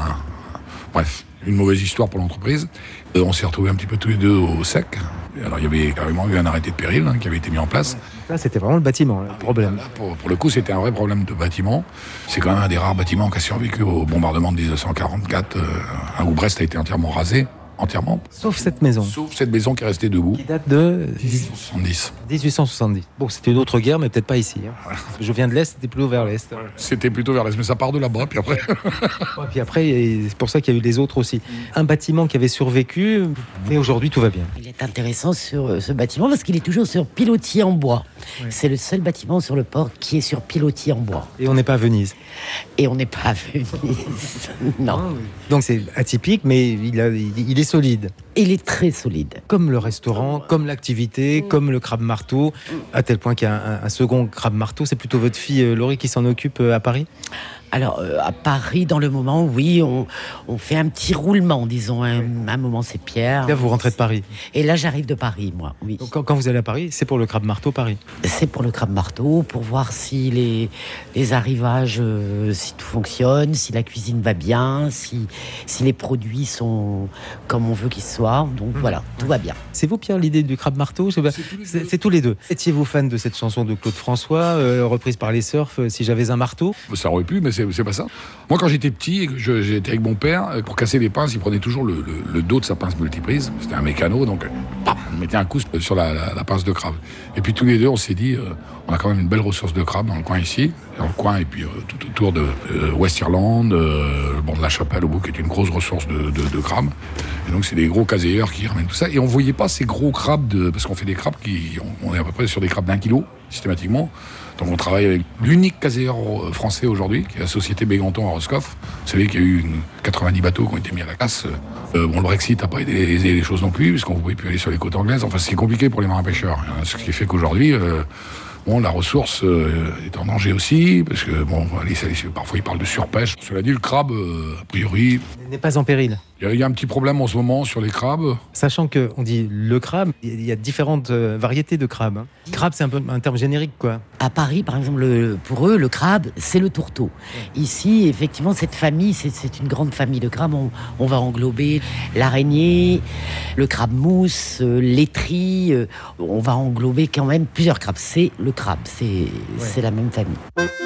une mauvaise histoire pour l'entreprise. On s'est retrouvés un petit peu tous les deux au sec. Alors il y avait carrément eu un arrêté de péril qui avait été mis en place. Là, c'était vraiment le bâtiment, le problème. Là, pour le coup, c'était un vrai problème de bâtiment. C'est quand même un des rares bâtiments qui a survécu au bombardement de 1944, où Brest a été entièrement rasé. Entièrement. Sauf cette maison. Sauf cette maison qui est restée debout. Qui date de 1870. 1870. Bon, c'était une autre guerre, mais peut-être pas ici. Je viens de l'Est, c'était plutôt vers l'Est. C'était plutôt vers l'Est, mais ça part de là-bas, puis après... Puis après, c'est pour ça qu'il y a eu les autres aussi. Un bâtiment qui avait survécu, mais aujourd'hui, tout va bien. Il est intéressant sur ce bâtiment parce qu'il est toujours sur pilotis en bois. Ouais. C'est le seul bâtiment sur le port qui est sur pilotis en bois. Et on n'est pas à Venise. Et on n'est pas à Venise, non. Donc c'est atypique, mais il est solide. Il est très solide. Comme le restaurant, comme l'activité, comme le crabe marteau, à tel point qu'il y a un second crabe marteau. C'est plutôt votre fille Laurie qui s'en occupe à Paris ? Alors, à Paris, dans le moment, oui, on fait un petit roulement, disons. Un moment, c'est Pierre. Là, vous rentrez de Paris. Et là, j'arrive de Paris, moi, oui. Donc, quand vous allez à Paris, c'est pour le crabe marteau Paris ? C'est pour le crabe marteau, pour voir si les arrivages, si tout fonctionne, si la cuisine va bien, si les produits sont comme on veut qu'ils soient. Donc, voilà, tout va bien. C'est vous, Pierre, l'idée du crabe marteau ? C'est tous les deux. Étiez-vous fan de cette chanson de Claude François, reprise par les Surfs, Si j'avais un marteau ? Ça aurait pu, mais c'est pas ça. Moi, quand j'étais petit, j'étais avec mon père, pour casser les pinces, il prenait toujours le dos de sa pince multiprise. C'était un mécano, donc on mettait un coup sur la pince de crabe. Et puis tous les deux, on s'est dit, on a quand même une belle ressource de crabe dans le coin ici, et puis tout autour de West-Irlande, le bord de la Chapelle, au bout, qui est une grosse ressource de crabe. Et donc, c'est des gros caséeurs qui ramènent tout ça. Et on voyait pas ces gros crabes, parce qu'on fait des crabes on est à peu près sur des crabes d'1 kilo, systématiquement. Donc on travaille avec l'unique caséeur français aujourd'hui, qui est la société Béganton à Roscoff. Vous savez qu'il y a eu 90 bateaux qui ont été mis à la casse. Le Brexit n'a pas aidé les choses non plus, puisqu'on ne pouvait plus aller sur les côtes anglaises. Enfin, c'est compliqué pour les marins pêcheurs. Ce qui fait qu'aujourd'hui, la ressource est en danger aussi, parce que parfois ils parlent de surpêche. Cela dit, le crabe, a priori, n'est pas en péril. Il y a un petit problème en ce moment sur les crabes. Sachant qu'on dit le crabe, il y a différentes variétés de crabes. Crabe, c'est un peu un terme générique, quoi. À Paris, par exemple, pour eux, le crabe, c'est le tourteau. Ici, effectivement, cette famille, c'est une grande famille de crabes. On va englober l'araignée, le crabe mousse, l'étrie. On va englober quand même plusieurs crabes. C'est le crabe, c'est la même famille.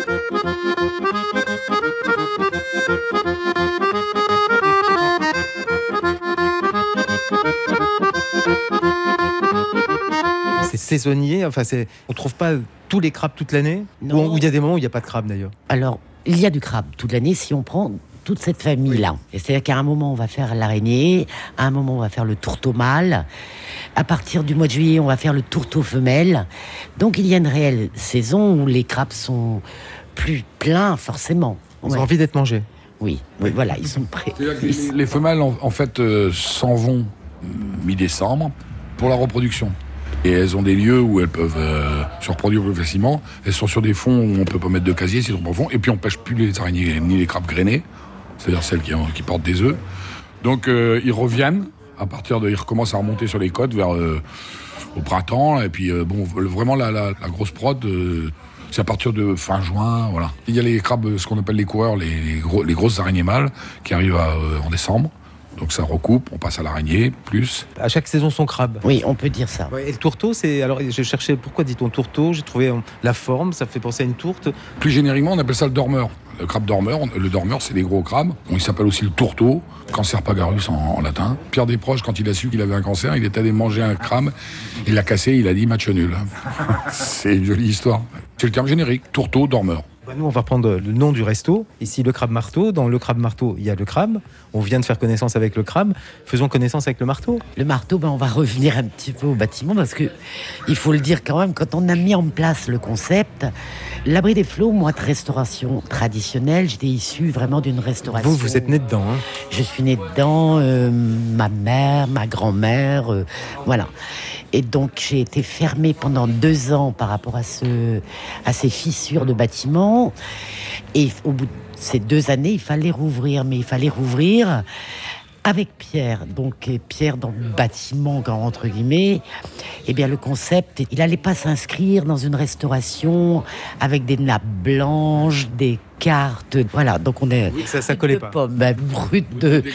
C'est saisonnier, on trouve pas tous les crabes toute l'année, ou il y a des moments où il n'y a pas de crabes d'ailleurs. Alors, il y a du crabe toute l'année si on prend toute cette famille-là. Et c'est-à-dire qu'à un moment, on va faire l'araignée, à un moment, on va faire le tourteau mâle. À partir du mois de juillet, on va faire le tourteau femelle. Donc, il y a une réelle saison où les crabes sont plus pleins, forcément. Ils ont envie d'être mangés. Oui, voilà, ils sont prêts. Les femelles, en fait, s'en vont mi-décembre pour la reproduction. Et elles ont des lieux où elles peuvent se reproduire plus facilement. Elles sont sur des fonds où on ne peut pas mettre de casier, c'est trop profond. Et puis on ne pêche plus les araignées ni les crabes grainés, c'est-à-dire celles qui portent des œufs. Donc ils reviennent, ils recommencent à remonter sur les côtes au printemps. Et puis vraiment la grosse prod, c'est à partir de fin juin. Voilà. Il y a les crabes, ce qu'on appelle les coureurs, les grosses araignées mâles, qui arrivent en décembre. Donc ça recoupe, on passe à l'araignée, plus. À chaque saison son crabe. Oui, on peut dire ça. Ouais, et le tourteau, alors je cherchais, pourquoi dit-on tourteau ? J'ai trouvé la forme, ça fait penser à une tourte. Plus génériquement, on appelle ça le dormeur. Le crabe dormeur, c'est des gros crabes. Il s'appelle aussi le tourteau, Cancerpagarus en latin. Pierre Desproges, quand il a su qu'il avait un cancer, il est allé manger un crabe, il l'a cassé, il a dit match nul. C'est une jolie histoire. C'est le terme générique, tourteau, dormeur. Nous, on va prendre le nom du resto. Ici, le crabe marteau. Dans le crabe marteau, il y a le crabe. On vient de faire connaissance avec le crabe. Faisons connaissance avec le marteau. Le marteau, on va revenir un petit peu au bâtiment parce que il faut le dire quand même, quand on a mis en place le concept, l'Abri des Flots, moi, de restauration traditionnelle, j'étais issu vraiment d'une restauration. Vous êtes né dedans, hein ? Je suis né dedans, ma mère, ma grand-mère, voilà. Et donc, j'ai été fermée pendant 2 ans par rapport à ces fissures de bâtiments. Et au bout de ces 2 années, il fallait rouvrir. Mais il fallait rouvrir avec Pierre. Donc, Pierre dans le bâtiment, entre guillemets. Eh bien, le concept, il n'allait pas s'inscrire dans une restauration avec des nappes blanches, des cartes. Voilà, donc on est... Oui, ça collait pas. Pommes, brut de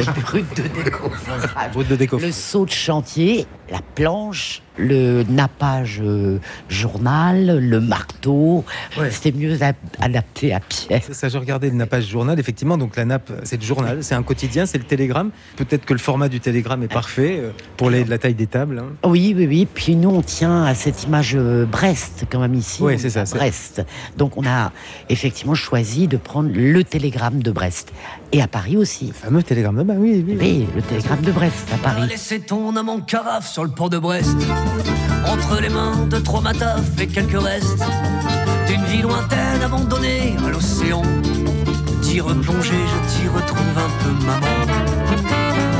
décoffrage. Le seau de chantier, la planche, le nappage journal, le marteau. Ouais. C'était mieux adapté à Pierre. Ça, je regardais le nappage journal, effectivement. Donc la nappe, c'est le journal, c'est un quotidien, c'est le télégramme. Peut-être que le format du télégramme est parfait pour la taille des tables. Hein. Oui. Puis nous, on tient à cette image Brest, quand même, ici. Oui, c'est ça. Brest. Donc on a effectivement choisi de prendre le télégramme de Brest. Et à Paris aussi. Le fameux télégramme de Brest, oui. Oui, le télégramme de Brest, à Paris. Laissez ton âme en carafe sur le port de Brest, entre les mains de 3 matafs et quelques restes d'une vie lointaine abandonnée à l'océan. T'y replonger, je t'y retrouve un peu maman.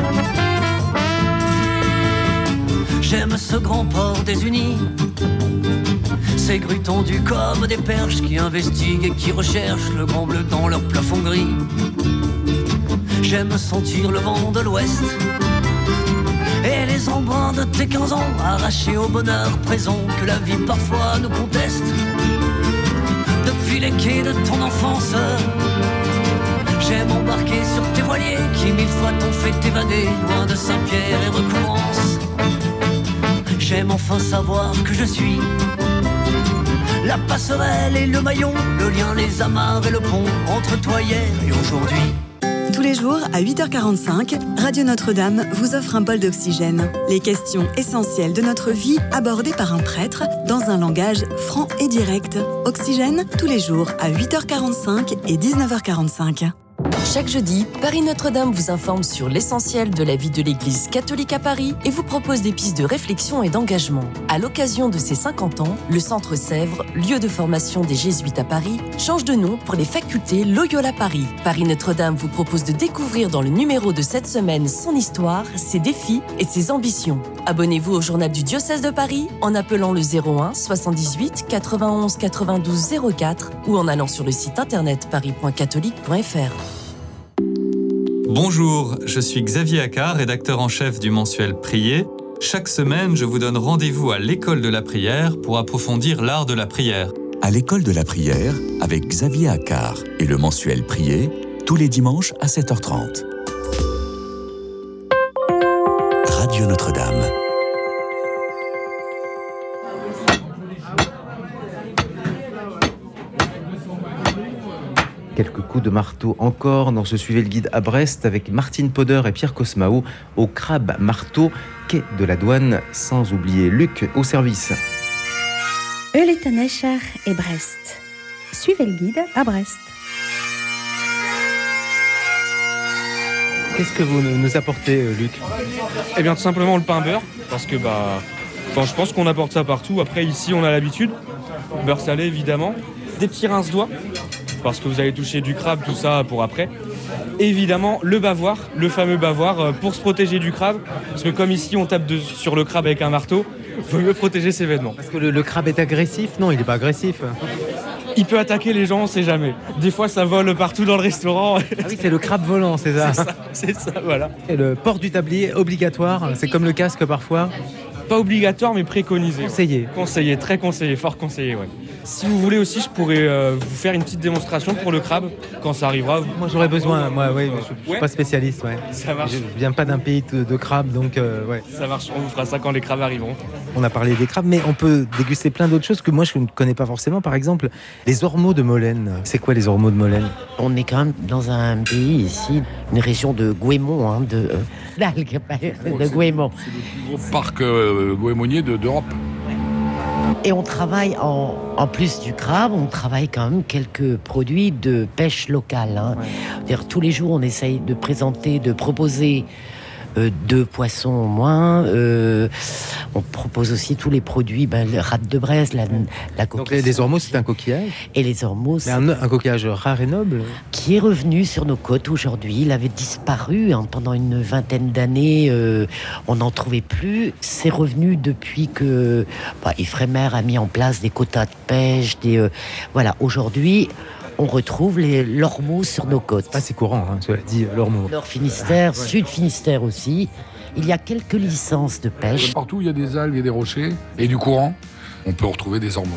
J'aime ce grand port des Unis, ces grues tendues comme des perches qui investiguent et qui recherchent le grand bleu dans leur plafond gris. J'aime sentir le vent de l'ouest et les embruns de tes 15 ans arrachés au bonheur présent que la vie parfois nous conteste. Depuis les quais de ton enfance, j'aime embarquer sur tes voiliers qui 1000 fois t'ont fait t'évader loin de Saint-Pierre et Recouvrance. J'aime enfin savoir que je suis La passerelle et le maillon, le lien, les amarres et le pont entre toi hier et aujourd'hui. Tous les jours, à 8h45, Radio Notre-Dame vous offre un bol d'oxygène. Les questions essentielles de notre vie abordées par un prêtre dans un langage franc et direct. Oxygène, tous les jours, à 8h45 et 19h45. Chaque jeudi, Paris Notre-Dame vous informe sur l'essentiel de la vie de l'Église catholique à Paris et vous propose des pistes de réflexion et d'engagement. À l'occasion de ses 50 ans, le Centre Sèvres, lieu de formation des Jésuites à Paris, change de nom pour les facultés Loyola Paris. Paris Notre-Dame vous propose de découvrir dans le numéro de cette semaine son histoire, ses défis et ses ambitions. Abonnez-vous au journal du diocèse de Paris en appelant le 01 78 91 92 04 ou en allant sur le site internet paris.catholique.fr. Bonjour, je suis Xavier Accard, rédacteur en chef du mensuel Prier. Chaque semaine, je vous donne rendez-vous à l'école de la prière pour approfondir l'art de la prière. À l'école de la prière, avec Xavier Accard et le mensuel Prier, tous les dimanches à 7h30. Radio Notre-Dame. Quelques coups de marteau encore dans ce Suivez le guide à Brest avec Martine Poder et Pierre Cosmao au crabe marteau, quai de la douane, sans oublier Luc au service. Euletenescher et Brest. Suivez le guide à Brest. Qu'est-ce que vous nous apportez, Luc ? Eh bien, tout simplement le pain beurre, parce que je pense qu'on apporte ça partout. Après, ici, on a l'habitude. Beurre salé, évidemment. Des petits rince-doigts, parce que vous allez toucher du crabe, tout ça pour après. Évidemment, le bavoir, le fameux bavoir, pour se protéger du crabe. Parce que comme ici, on tape sur le crabe avec un marteau, il faut mieux protéger ses vêtements. Parce que le crabe est agressif ? Non, il n'est pas agressif. Il peut attaquer les gens, on ne sait jamais. Des fois, ça vole partout dans le restaurant. Ah oui, c'est le crabe volant, c'est ça. C'est ça, voilà. Et le port du tablier obligatoire, c'est comme le casque parfois ? Pas obligatoire, mais préconisé. Conseillé. Conseillé, très conseillé, fort conseillé, ouais. Si vous voulez aussi, je pourrais vous faire une petite démonstration pour le crabe, quand ça arrivera. Moi, j'aurais besoin, je ne suis pas spécialiste, ouais. Ça marche. Je ne viens pas d'un pays de crabes, donc ouais. Ça marche, on vous fera ça quand les crabes arriveront. On a parlé des crabes, mais on peut déguster plein d'autres choses que moi, je ne connais pas forcément. Par exemple, les ormeaux de Molène. C'est quoi les ormeaux de Molène ? On est quand même dans un pays ici, une région de Gouémont, de Gouémont. C'est le plus gros parc goémonier d'Europe. Et on travaille, en plus du crabe, on travaille quand même quelques produits de pêche locale. Ouais. C'est-à-dire, tous les jours, on essaye de présenter, de proposer 2 poissons au moins. On propose aussi tous les produits, le rade de Brest, la coquille. Donc les ormeaux, c'est un coquillage ? Et les ormeaux, c'est un coquillage rare et noble ? Qui est revenu sur nos côtes aujourd'hui. Il avait disparu pendant une vingtaine d'années. On n'en trouvait plus. C'est revenu depuis que Ifremer a mis en place des quotas de pêche. Voilà, aujourd'hui, on retrouve l'ormeau sur nos côtes. C'est courant, cela dit, l'ormeau. Nord Finistère, Sud Finistère aussi. Il y a quelques licences de pêche. Partout où il y a des algues et des rochers et du courant, on peut retrouver des ormeaux.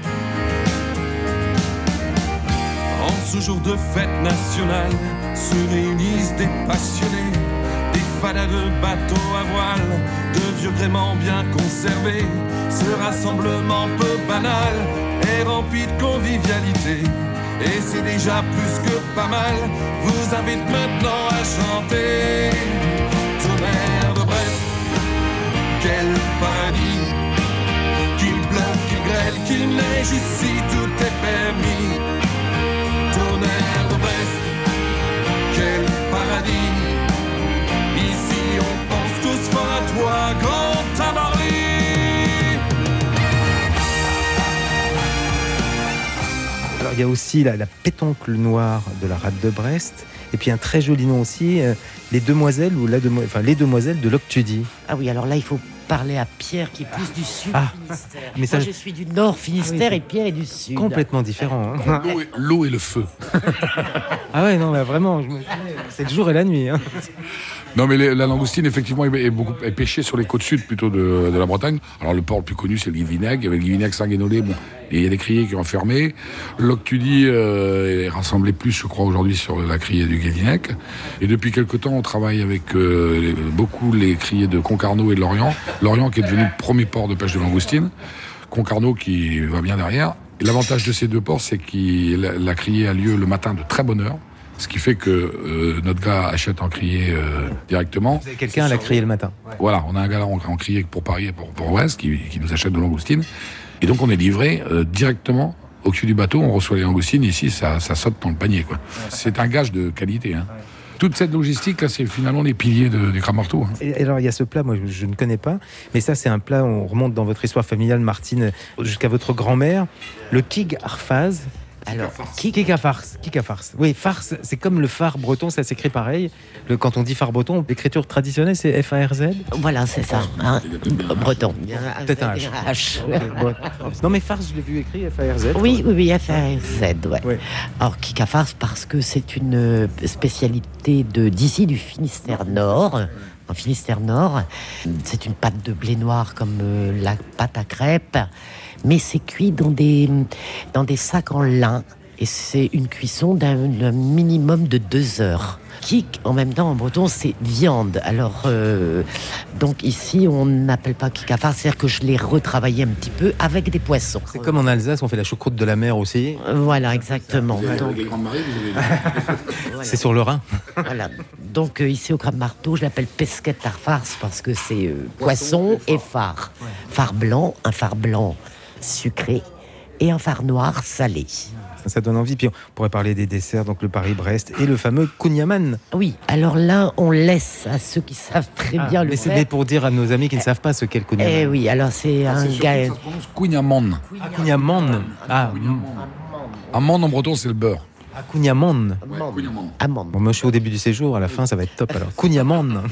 En ce jour de fête nationale, se réunissent des passionnés, des fadas de bateaux à voile, de vieux gréements bien conservés. Ce rassemblement peu banal est rempli de convivialité. Et c'est déjà plus que pas mal, vous invite maintenant à chanter. Tonnerre de Brest, quel paradis. Qu'il pleuve, qu'il grêle, qu'il neige, ici tout est permis. Tonnerre de Brest, quel paradis. Ici on pense tous fort à toi, grand Tabarly. Alors, il y a aussi la pétoncle noire de la rade de Brest, et puis un très joli nom aussi, les demoiselles les demoiselles de l'Octudie. Ah oui, alors là il faut parler à Pierre qui est plus du sud Finistère. Mais moi je suis du nord Finistère et Pierre est du sud. Complètement différent. Hein. L'eau et le feu. Ah ouais, non, mais vraiment, c'est le jour et la nuit. Hein. Non, mais la langoustine, effectivement, est pêchée sur les côtes sud plutôt de la Bretagne. Alors, le port le plus connu, c'est le Guilvinec. Avec le Guilvinec, Saint-Guénolé, et il y a des criées qui ont fermé. L'Octudie est rassemblée plus, je crois, aujourd'hui sur la criée du Guilvinec. Et depuis quelque temps, on travaille avec beaucoup les criées de Concarneau et de Lorient. Lorient qui est devenu le premier port de pêche de langoustine. Concarneau qui va bien derrière. Et l'avantage de ces deux ports, c'est que la criée a lieu le matin de très bonne heure. Ce qui fait que notre gars achète en criée directement. Vous avez quelqu'un à la criée le matin. Voilà, on a un gars en criée pour Paris et pour Brest qui nous achète de langoustines. Et donc on est livré directement au cul du bateau. On reçoit les langoustines. Ici, ça saute dans le panier, quoi. C'est un gage de qualité. Hein. Toute cette logistique, là, c'est finalement les piliers du crabe marteau. Hein. Et alors, il y a ce plat, moi, je ne connais pas. Mais ça, c'est un plat, on remonte dans votre histoire familiale, Martine, jusqu'à votre grand-mère. Le kig arfaz. Alors, Kikafars. Oui, farce, c'est comme le phare breton, ça s'écrit pareil. Quand on dit phare breton, l'écriture traditionnelle, c'est F-A-R-Z. Voilà, c'est ça. Hein. Breton. Peut-être un H. Non, mais farce, je l'ai vu écrit F-A-R-Z. Oui, F-A-R-Z, ouais. Alors, Kikafars, parce que c'est une spécialité d'ici, du Finistère Nord. En Finistère Nord, c'est une pâte de blé noir comme la pâte à crêpes, mais c'est cuit dans des sacs en lin. Et c'est une cuisson d'un minimum de 2 heures. Kik, en même temps, en breton, c'est viande. Alors, donc ici, on n'appelle pas kikafar, c'est-à-dire que je l'ai retravaillé un petit peu avec des poissons. C'est comme en Alsace, on fait la choucroute de la mer aussi. Voilà, exactement. Donc, les grandes marées, vous avez... Voilà. C'est sur le Rhin. Voilà. Donc ici, au crabe marteau, je l'appelle pesquette tarfars parce que c'est poisson et phare. Ouais. Phare blanc, un phare blanc sucré et un phare noir salé. Ça donne envie. Puis on pourrait parler des desserts, donc le Paris-Brest et le fameux Kouniaman. Oui, alors là, on laisse à ceux qui savent très bien le faire. Mais c'est pour dire à nos amis qui ne savent pas ce qu'est le Kouniaman. Eh oui, alors c'est un gars... Ça se prononce Kouniaman. Kouniaman. Amande en breton, c'est le beurre. Kouniaman. Amande. Bon, moi, je suis au début du séjour, à la fin, ça va être top. Alors, Kouniaman.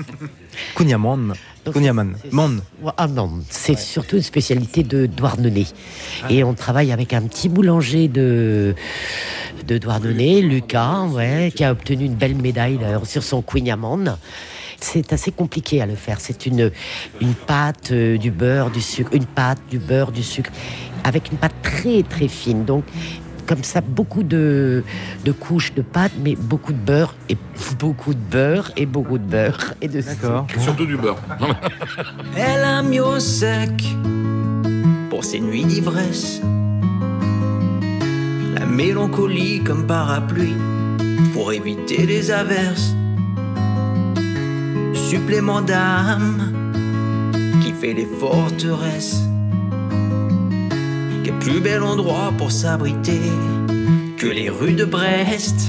Kouniaman. Kouniaman. Amande. C'est surtout une spécialité de Douarnenez. Et on travaille avec un petit boulanger de Douarnenez, Lucas, qui a obtenu une belle médaille d'ailleurs, sur son Kouniaman. C'est assez compliqué à le faire. C'est une pâte, du beurre, du sucre, une pâte, du beurre, du sucre, avec une pâte très très fine. Donc comme ça, beaucoup de couches de pâte, mais beaucoup de beurre et beaucoup de beurre et beaucoup de beurre et de D'accord. Sucre. Surtout du beurre. Elle a mis au sec pour ses nuits d'ivresse la mélancolie comme parapluie pour éviter les averses. Supplément d'âme qui fait les forteresses. Quel plus bel endroit pour s'abriter que les rues de Brest.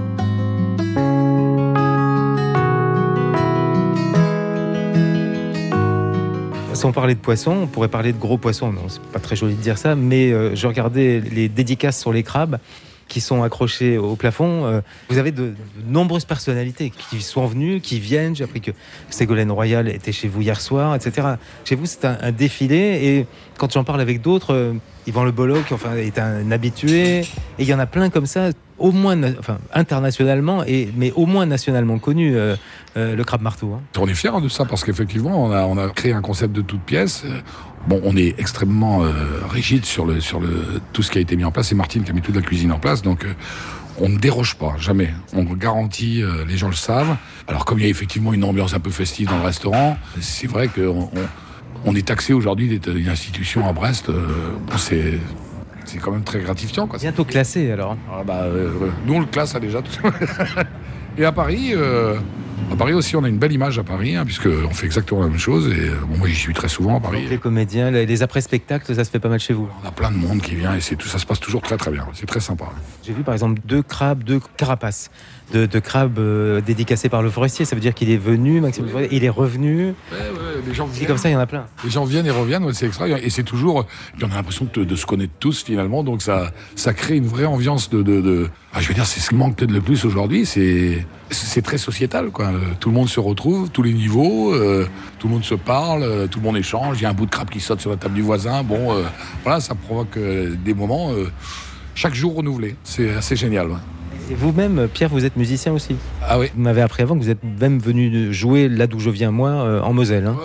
Si on parlait de poissons, on pourrait parler de gros poissons. Non, c'est pas très joli de dire ça, mais je regardais les dédicaces sur les crabes qui sont accrochés au plafond. Vous avez de nombreuses personnalités qui sont venues, qui viennent. J'ai appris que Ségolène Royal était chez vous hier soir, etc. Chez vous, c'est un défilé. Et quand j'en parle avec d'autres, Yvan Le Bolloc est un habitué. Et il y en a plein comme ça, au moins internationalement, mais au moins nationalement connu, le crabe marteau. Hein. On est fiers de ça parce qu'effectivement, on a créé un concept de toute pièce. Bon, on est extrêmement rigide sur tout ce qui a été mis en place. C'est Martine qui a mis toute la cuisine en place, donc on ne déroge pas, jamais. On garantit, les gens le savent. Alors comme il y a effectivement une ambiance un peu festive dans le restaurant, c'est vrai qu'on est taxé aujourd'hui d'être une institution à Brest. C'est quand même très gratifiant, quoi. Bientôt classé alors. Nous on le classe déjà. Et à Paris aussi, on a une belle image à Paris, puisqu'on fait exactement la même chose. Et moi, j'y suis très souvent à Paris. Donc, les comédiens, les après-spectacles, ça se fait pas mal chez vous. On a plein de monde qui vient et ça se passe toujours très très bien. C'est très sympa. J'ai vu par exemple 2 crabes, 2 carapaces de crabes dédicacés par le forestier. Ça veut dire qu'il est venu, Maxime, il est revenu. Les gens viennent. Et comme ça, il y en a plein. Les gens viennent et reviennent, c'est extra. Et c'est toujours. Puis on a l'impression de se connaître tous finalement. Donc ça crée une vraie ambiance de. Je veux dire, c'est ce qui manque peut-être le plus aujourd'hui. C'est très sociétal, quoi. Tout le monde se retrouve, tous les niveaux, tout le monde se parle, tout le monde échange. Il y a un bout de crabe qui saute sur la table du voisin. Bon, voilà, ça provoque des moments chaque jour renouvelés. C'est assez génial. Ouais. Et vous-même, Pierre, vous êtes musicien aussi. Ah oui. Vous m'avez appris avant que vous êtes même venu jouer là d'où je viens moi, en Moselle. Hein. Ouais.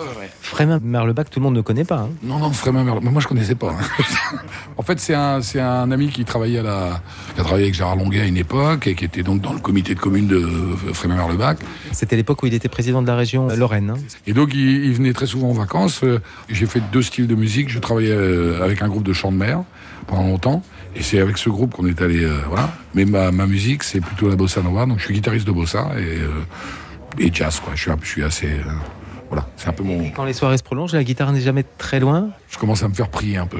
Frémin Merlebach, tout le monde ne connaît pas. Hein. Non, Frémin Merlebach, moi je connaissais pas. Hein. En fait, c'est un ami qui travaillait qui a travaillé avec Gérard Longuet à une époque et qui était donc dans le comité de commune de Frémin Merlebach. C'était l'époque où il était président de la région Lorraine. Hein. Et donc il venait très souvent en vacances. J'ai fait 2 styles de musique. Je travaillais avec un groupe de chant de mer pendant longtemps. Et c'est avec ce groupe qu'on est allé, voilà. Mais ma musique, c'est plutôt la bossa nova. Donc je suis guitariste de bossa et jazz, quoi. Je suis assez, voilà. C'est un peu mon. Quand les soirées se prolongent, la guitare n'est jamais très loin. Je commence à me faire prier un peu.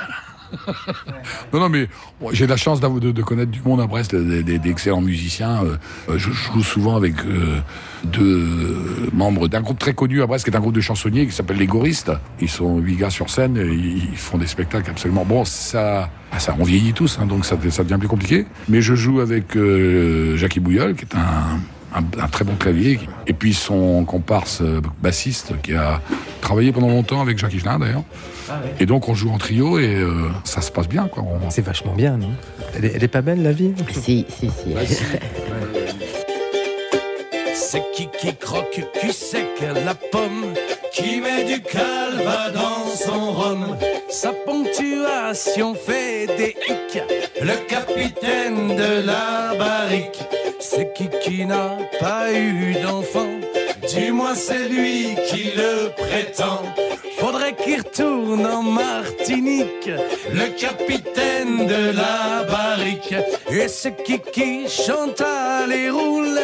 Non, mais bon, j'ai la chance de connaître du monde à Brest, d'excellents musiciens. Je joue souvent avec 2 membres d'un groupe très connu à Brest, qui est un groupe de chansonniers qui s'appelle Les Goristes. Ils sont 8 gars sur scène, et ils font des spectacles absolument. Bon, ça on vieillit tous, hein, donc ça devient plus compliqué. Mais je joue avec Jackie Bouilleul, qui est un très bon clavier, et puis son comparse bassiste qui a travaillé pendant longtemps avec Jacques Higelin d'ailleurs. Ah ouais. Et donc on joue en trio et ça se passe bien, quoi. C'est vachement bien, non ? Elle est pas belle, la vie ? Si. C'est qui croque, qui sec la pomme, qui met du calva dans son rhum. Sa ponctuation fait des hicks, le capitaine de la barrique. C'est qui n'a pas eu d'enfant, du moins c'est lui qui le prétend. Faudrait qu'il retourne en Martinique, le capitaine de la barrique. Et c'est qui chante allez roule,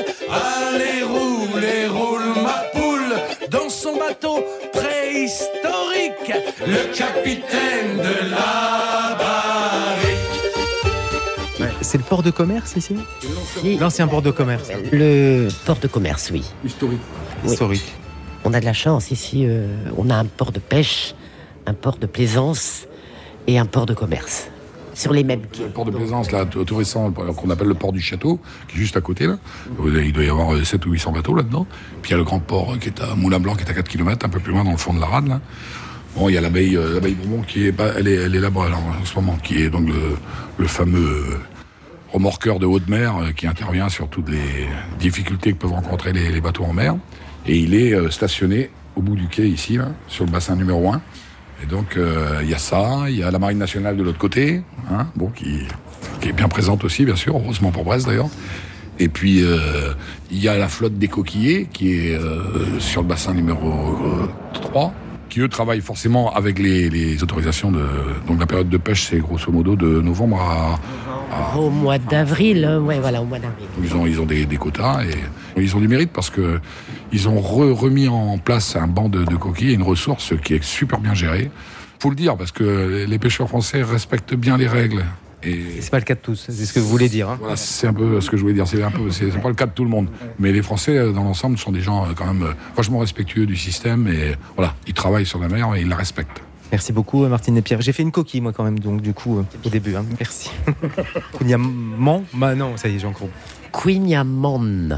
ma poule, dans son bateau préhistorique, le capitaine de la barrique. C'est le port de commerce ici ? L'ancien port de commerce. Le port de commerce, oui. Historique. Oui. Historique. On a de la chance ici, on a un port de pêche, un port de plaisance et un port de commerce. Sur les mêmes quais. Le port de plaisance, là, tout récent, qu'on appelle le port du Château, qui est juste à côté, là. Il doit y avoir 700 ou 800 bateaux là-dedans. Puis il y a le grand port qui est à Moulin Blanc, qui est à 4 km, un peu plus loin dans le fond de la rade, là. Bon, il y a l'abbaye Bourbon qui est, elle est là-bas, alors, en ce moment, qui est donc le fameux remorqueur de haute mer qui intervient sur toutes les difficultés que peuvent rencontrer les bateaux en mer. Et il est stationné au bout du quai ici, là, sur le bassin numéro 1. Et donc il y a ça, il y a la Marine nationale de l'autre côté, hein, bon, qui est bien présente aussi, bien sûr, heureusement pour Brest d'ailleurs. Et puis il y a la flotte des coquillers qui est sur le bassin numéro 3, qui eux travaillent forcément avec les autorisations de... Donc la période de pêche, c'est grosso modo de novembre à au mois d'avril, ouais, voilà, au mois d'avril. Ils ont des quotas et ils ont du mérite parce que ils ont remis en place un banc de coquilles et une ressource qui est super bien gérée. Faut le dire parce que les pêcheurs français respectent bien les règles. Et c'est pas le cas de tous, c'est ce que vous voulez dire. Hein. Voilà, c'est un peu ce que je voulais dire. C'est pas le cas de tout le monde. Mais les Français, dans l'ensemble, sont des gens quand même vachement respectueux du système et voilà, ils travaillent sur la mer et ils la respectent. Merci beaucoup, Martine et Pierre. J'ai fait une coquille, moi, quand même, donc, du coup, au début. Hein. Merci. Quignaman. Non, ça y est, j'ai encore. Quignaman.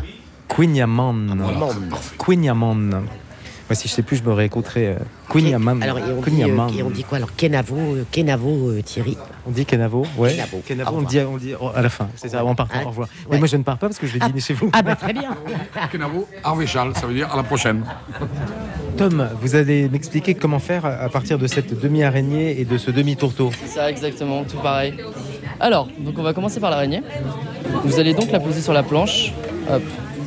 Moi, si je sais plus, je me réécouterai. Quignaman. Alors, on dit quoi alors Kenavo, Thierry. On dit Kenavo, ouais. Kenavo, on dit à la fin. C'est ça, on part. Au revoir. Ouais. Mais moi, je ne pars pas parce que je vais dîner chez vous. Ah, bah très bien. Kenavo, Arvéchal, ça veut dire à la prochaine. Tom, vous allez m'expliquer comment faire à partir de cette demi-araignée et de ce demi-tourteau. C'est ça, exactement, tout pareil. Alors, donc on va commencer par l'araignée. Vous allez donc la poser sur la planche. Hop.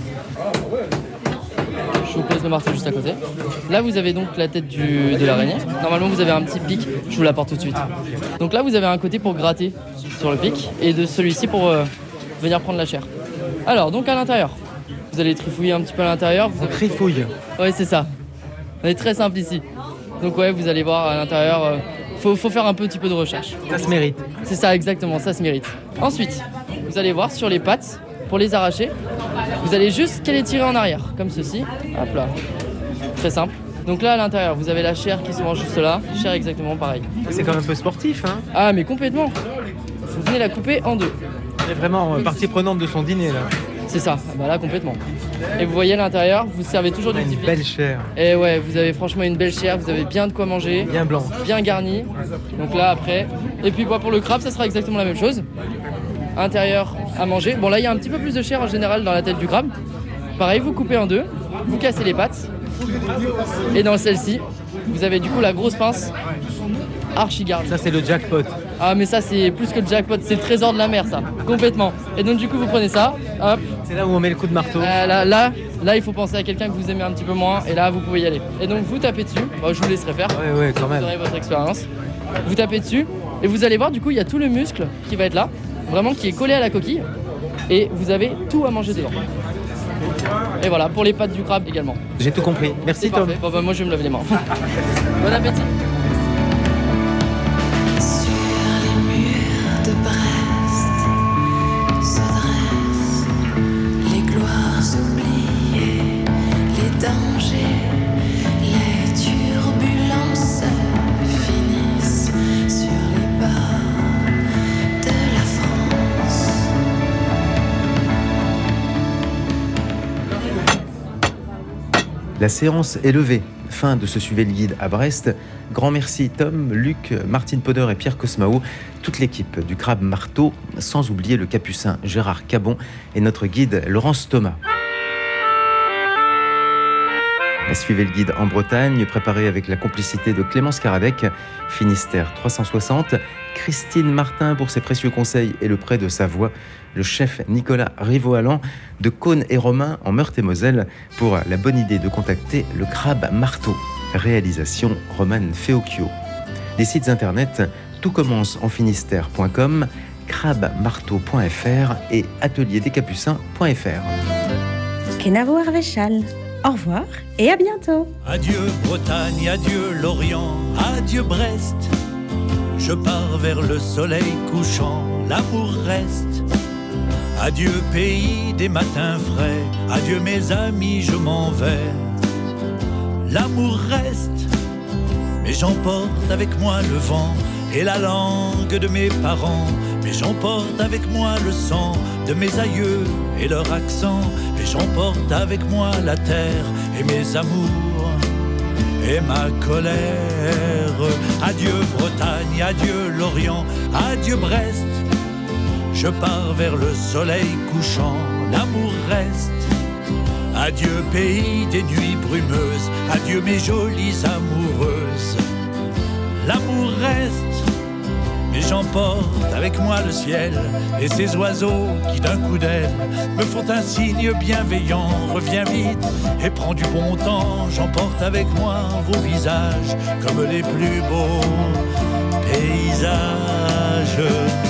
Je vous pose le marteau juste à côté. Là, vous avez donc la tête de l'araignée. Normalement, vous avez un petit pic. Je vous l'apporte tout de suite. Donc là, vous avez un côté pour gratter sur le pic et de celui-ci pour venir prendre la chair. Alors, donc à l'intérieur, vous allez trifouiller un petit peu à l'intérieur. Trifouille. Ouais, c'est ça. On est très simple ici. Donc ouais, vous allez voir à l'intérieur, faut faire un petit peu de recherche. Ça se mérite. C'est ça, exactement, ça se mérite. Ensuite, vous allez voir sur les pattes, pour les arracher, vous allez juste les tirer en arrière, comme ceci. Hop là. Très simple. Donc là, à l'intérieur, vous avez la chair qui se mange juste là. Chair exactement pareil. C'est quand même un peu sportif, hein ? Ah, mais complètement. Vous venez la couper en deux. C'est vraiment partie prenante de son dîner, là. C'est ça, bah là complètement. Et vous voyez à l'intérieur, vous servez toujours du petit pic. Une belle chair. Et ouais, vous avez franchement une belle chair, vous avez bien de quoi manger. Bien blanc. Bien garni. Donc là après. Et puis pour le crabe, ça sera exactement la même chose. Intérieur à manger. Bon là, il y a un petit peu plus de chair en général dans la tête du crabe. Pareil, vous coupez en deux, vous cassez les pattes. Et dans celle-ci, vous avez du coup la grosse pince archi garnie. Ça, c'est le jackpot. Ah, mais ça, c'est plus que le jackpot, c'est le trésor de la mer, ça, complètement. Et donc, du coup, vous prenez ça, hop. C'est là où on met le coup de marteau. Là, il faut penser à quelqu'un que vous aimez un petit peu moins, et là, vous pouvez y aller. Et donc, vous tapez dessus, je vous laisserai faire. Ouais, quand même. Vous aurez votre expérience. Vous tapez dessus, et vous allez voir, du coup, il y a tout le muscle qui va être là, vraiment qui est collé à la coquille, et vous avez tout à manger dedans. Et voilà, pour les pattes du crabe également. J'ai tout compris. Merci, Tom. Bon, moi, je vais me laver les mains. Bon appétit. La séance est levée. Fin de ce Suivez le guide à Brest. Grand merci Tom, Luc, Martine Poder et Pierre Cosmao, toute l'équipe du Crabe Marteau, sans oublier le capucin Gérard Cabon et notre guide Laurence Thomas. Suivez le guide en Bretagne, préparé avec la complicité de Clémence Caradec, Finistère 360, Christine Martin pour ses précieux conseils et le prêt de sa voix, le chef Nicolas Rivoalan de Caunes et Romain en Meurthe-et-Moselle pour la bonne idée de contacter le Crabe Marteau. Réalisation Romane Feocchio. Les sites internet toutcommenceenfinistère.com, crabemarteau.fr et atelierdescapucins.fr. Kenavo Arvéchal. Au revoir et à bientôt. Adieu Bretagne, adieu Lorient, adieu Brest. Je pars vers le soleil couchant, l'amour reste. Adieu pays des matins frais, adieu mes amis, je m'en vais. L'amour reste, mais j'emporte avec moi le vent et la langue de mes parents. Mais j'emporte avec moi le sang de mes aïeux et leur accent. Mais j'emporte avec moi la terre et mes amours et ma colère. Adieu Bretagne, adieu Lorient, adieu Brest. Je pars vers le soleil couchant, l'amour reste. Adieu pays des nuits brumeuses, adieu mes jolies amoureuses. L'amour reste, mais j'emporte avec moi le ciel et ces oiseaux qui d'un coup d'aile me font un signe bienveillant. Reviens vite et prends du bon temps, j'emporte avec moi vos visages comme les plus beaux paysages.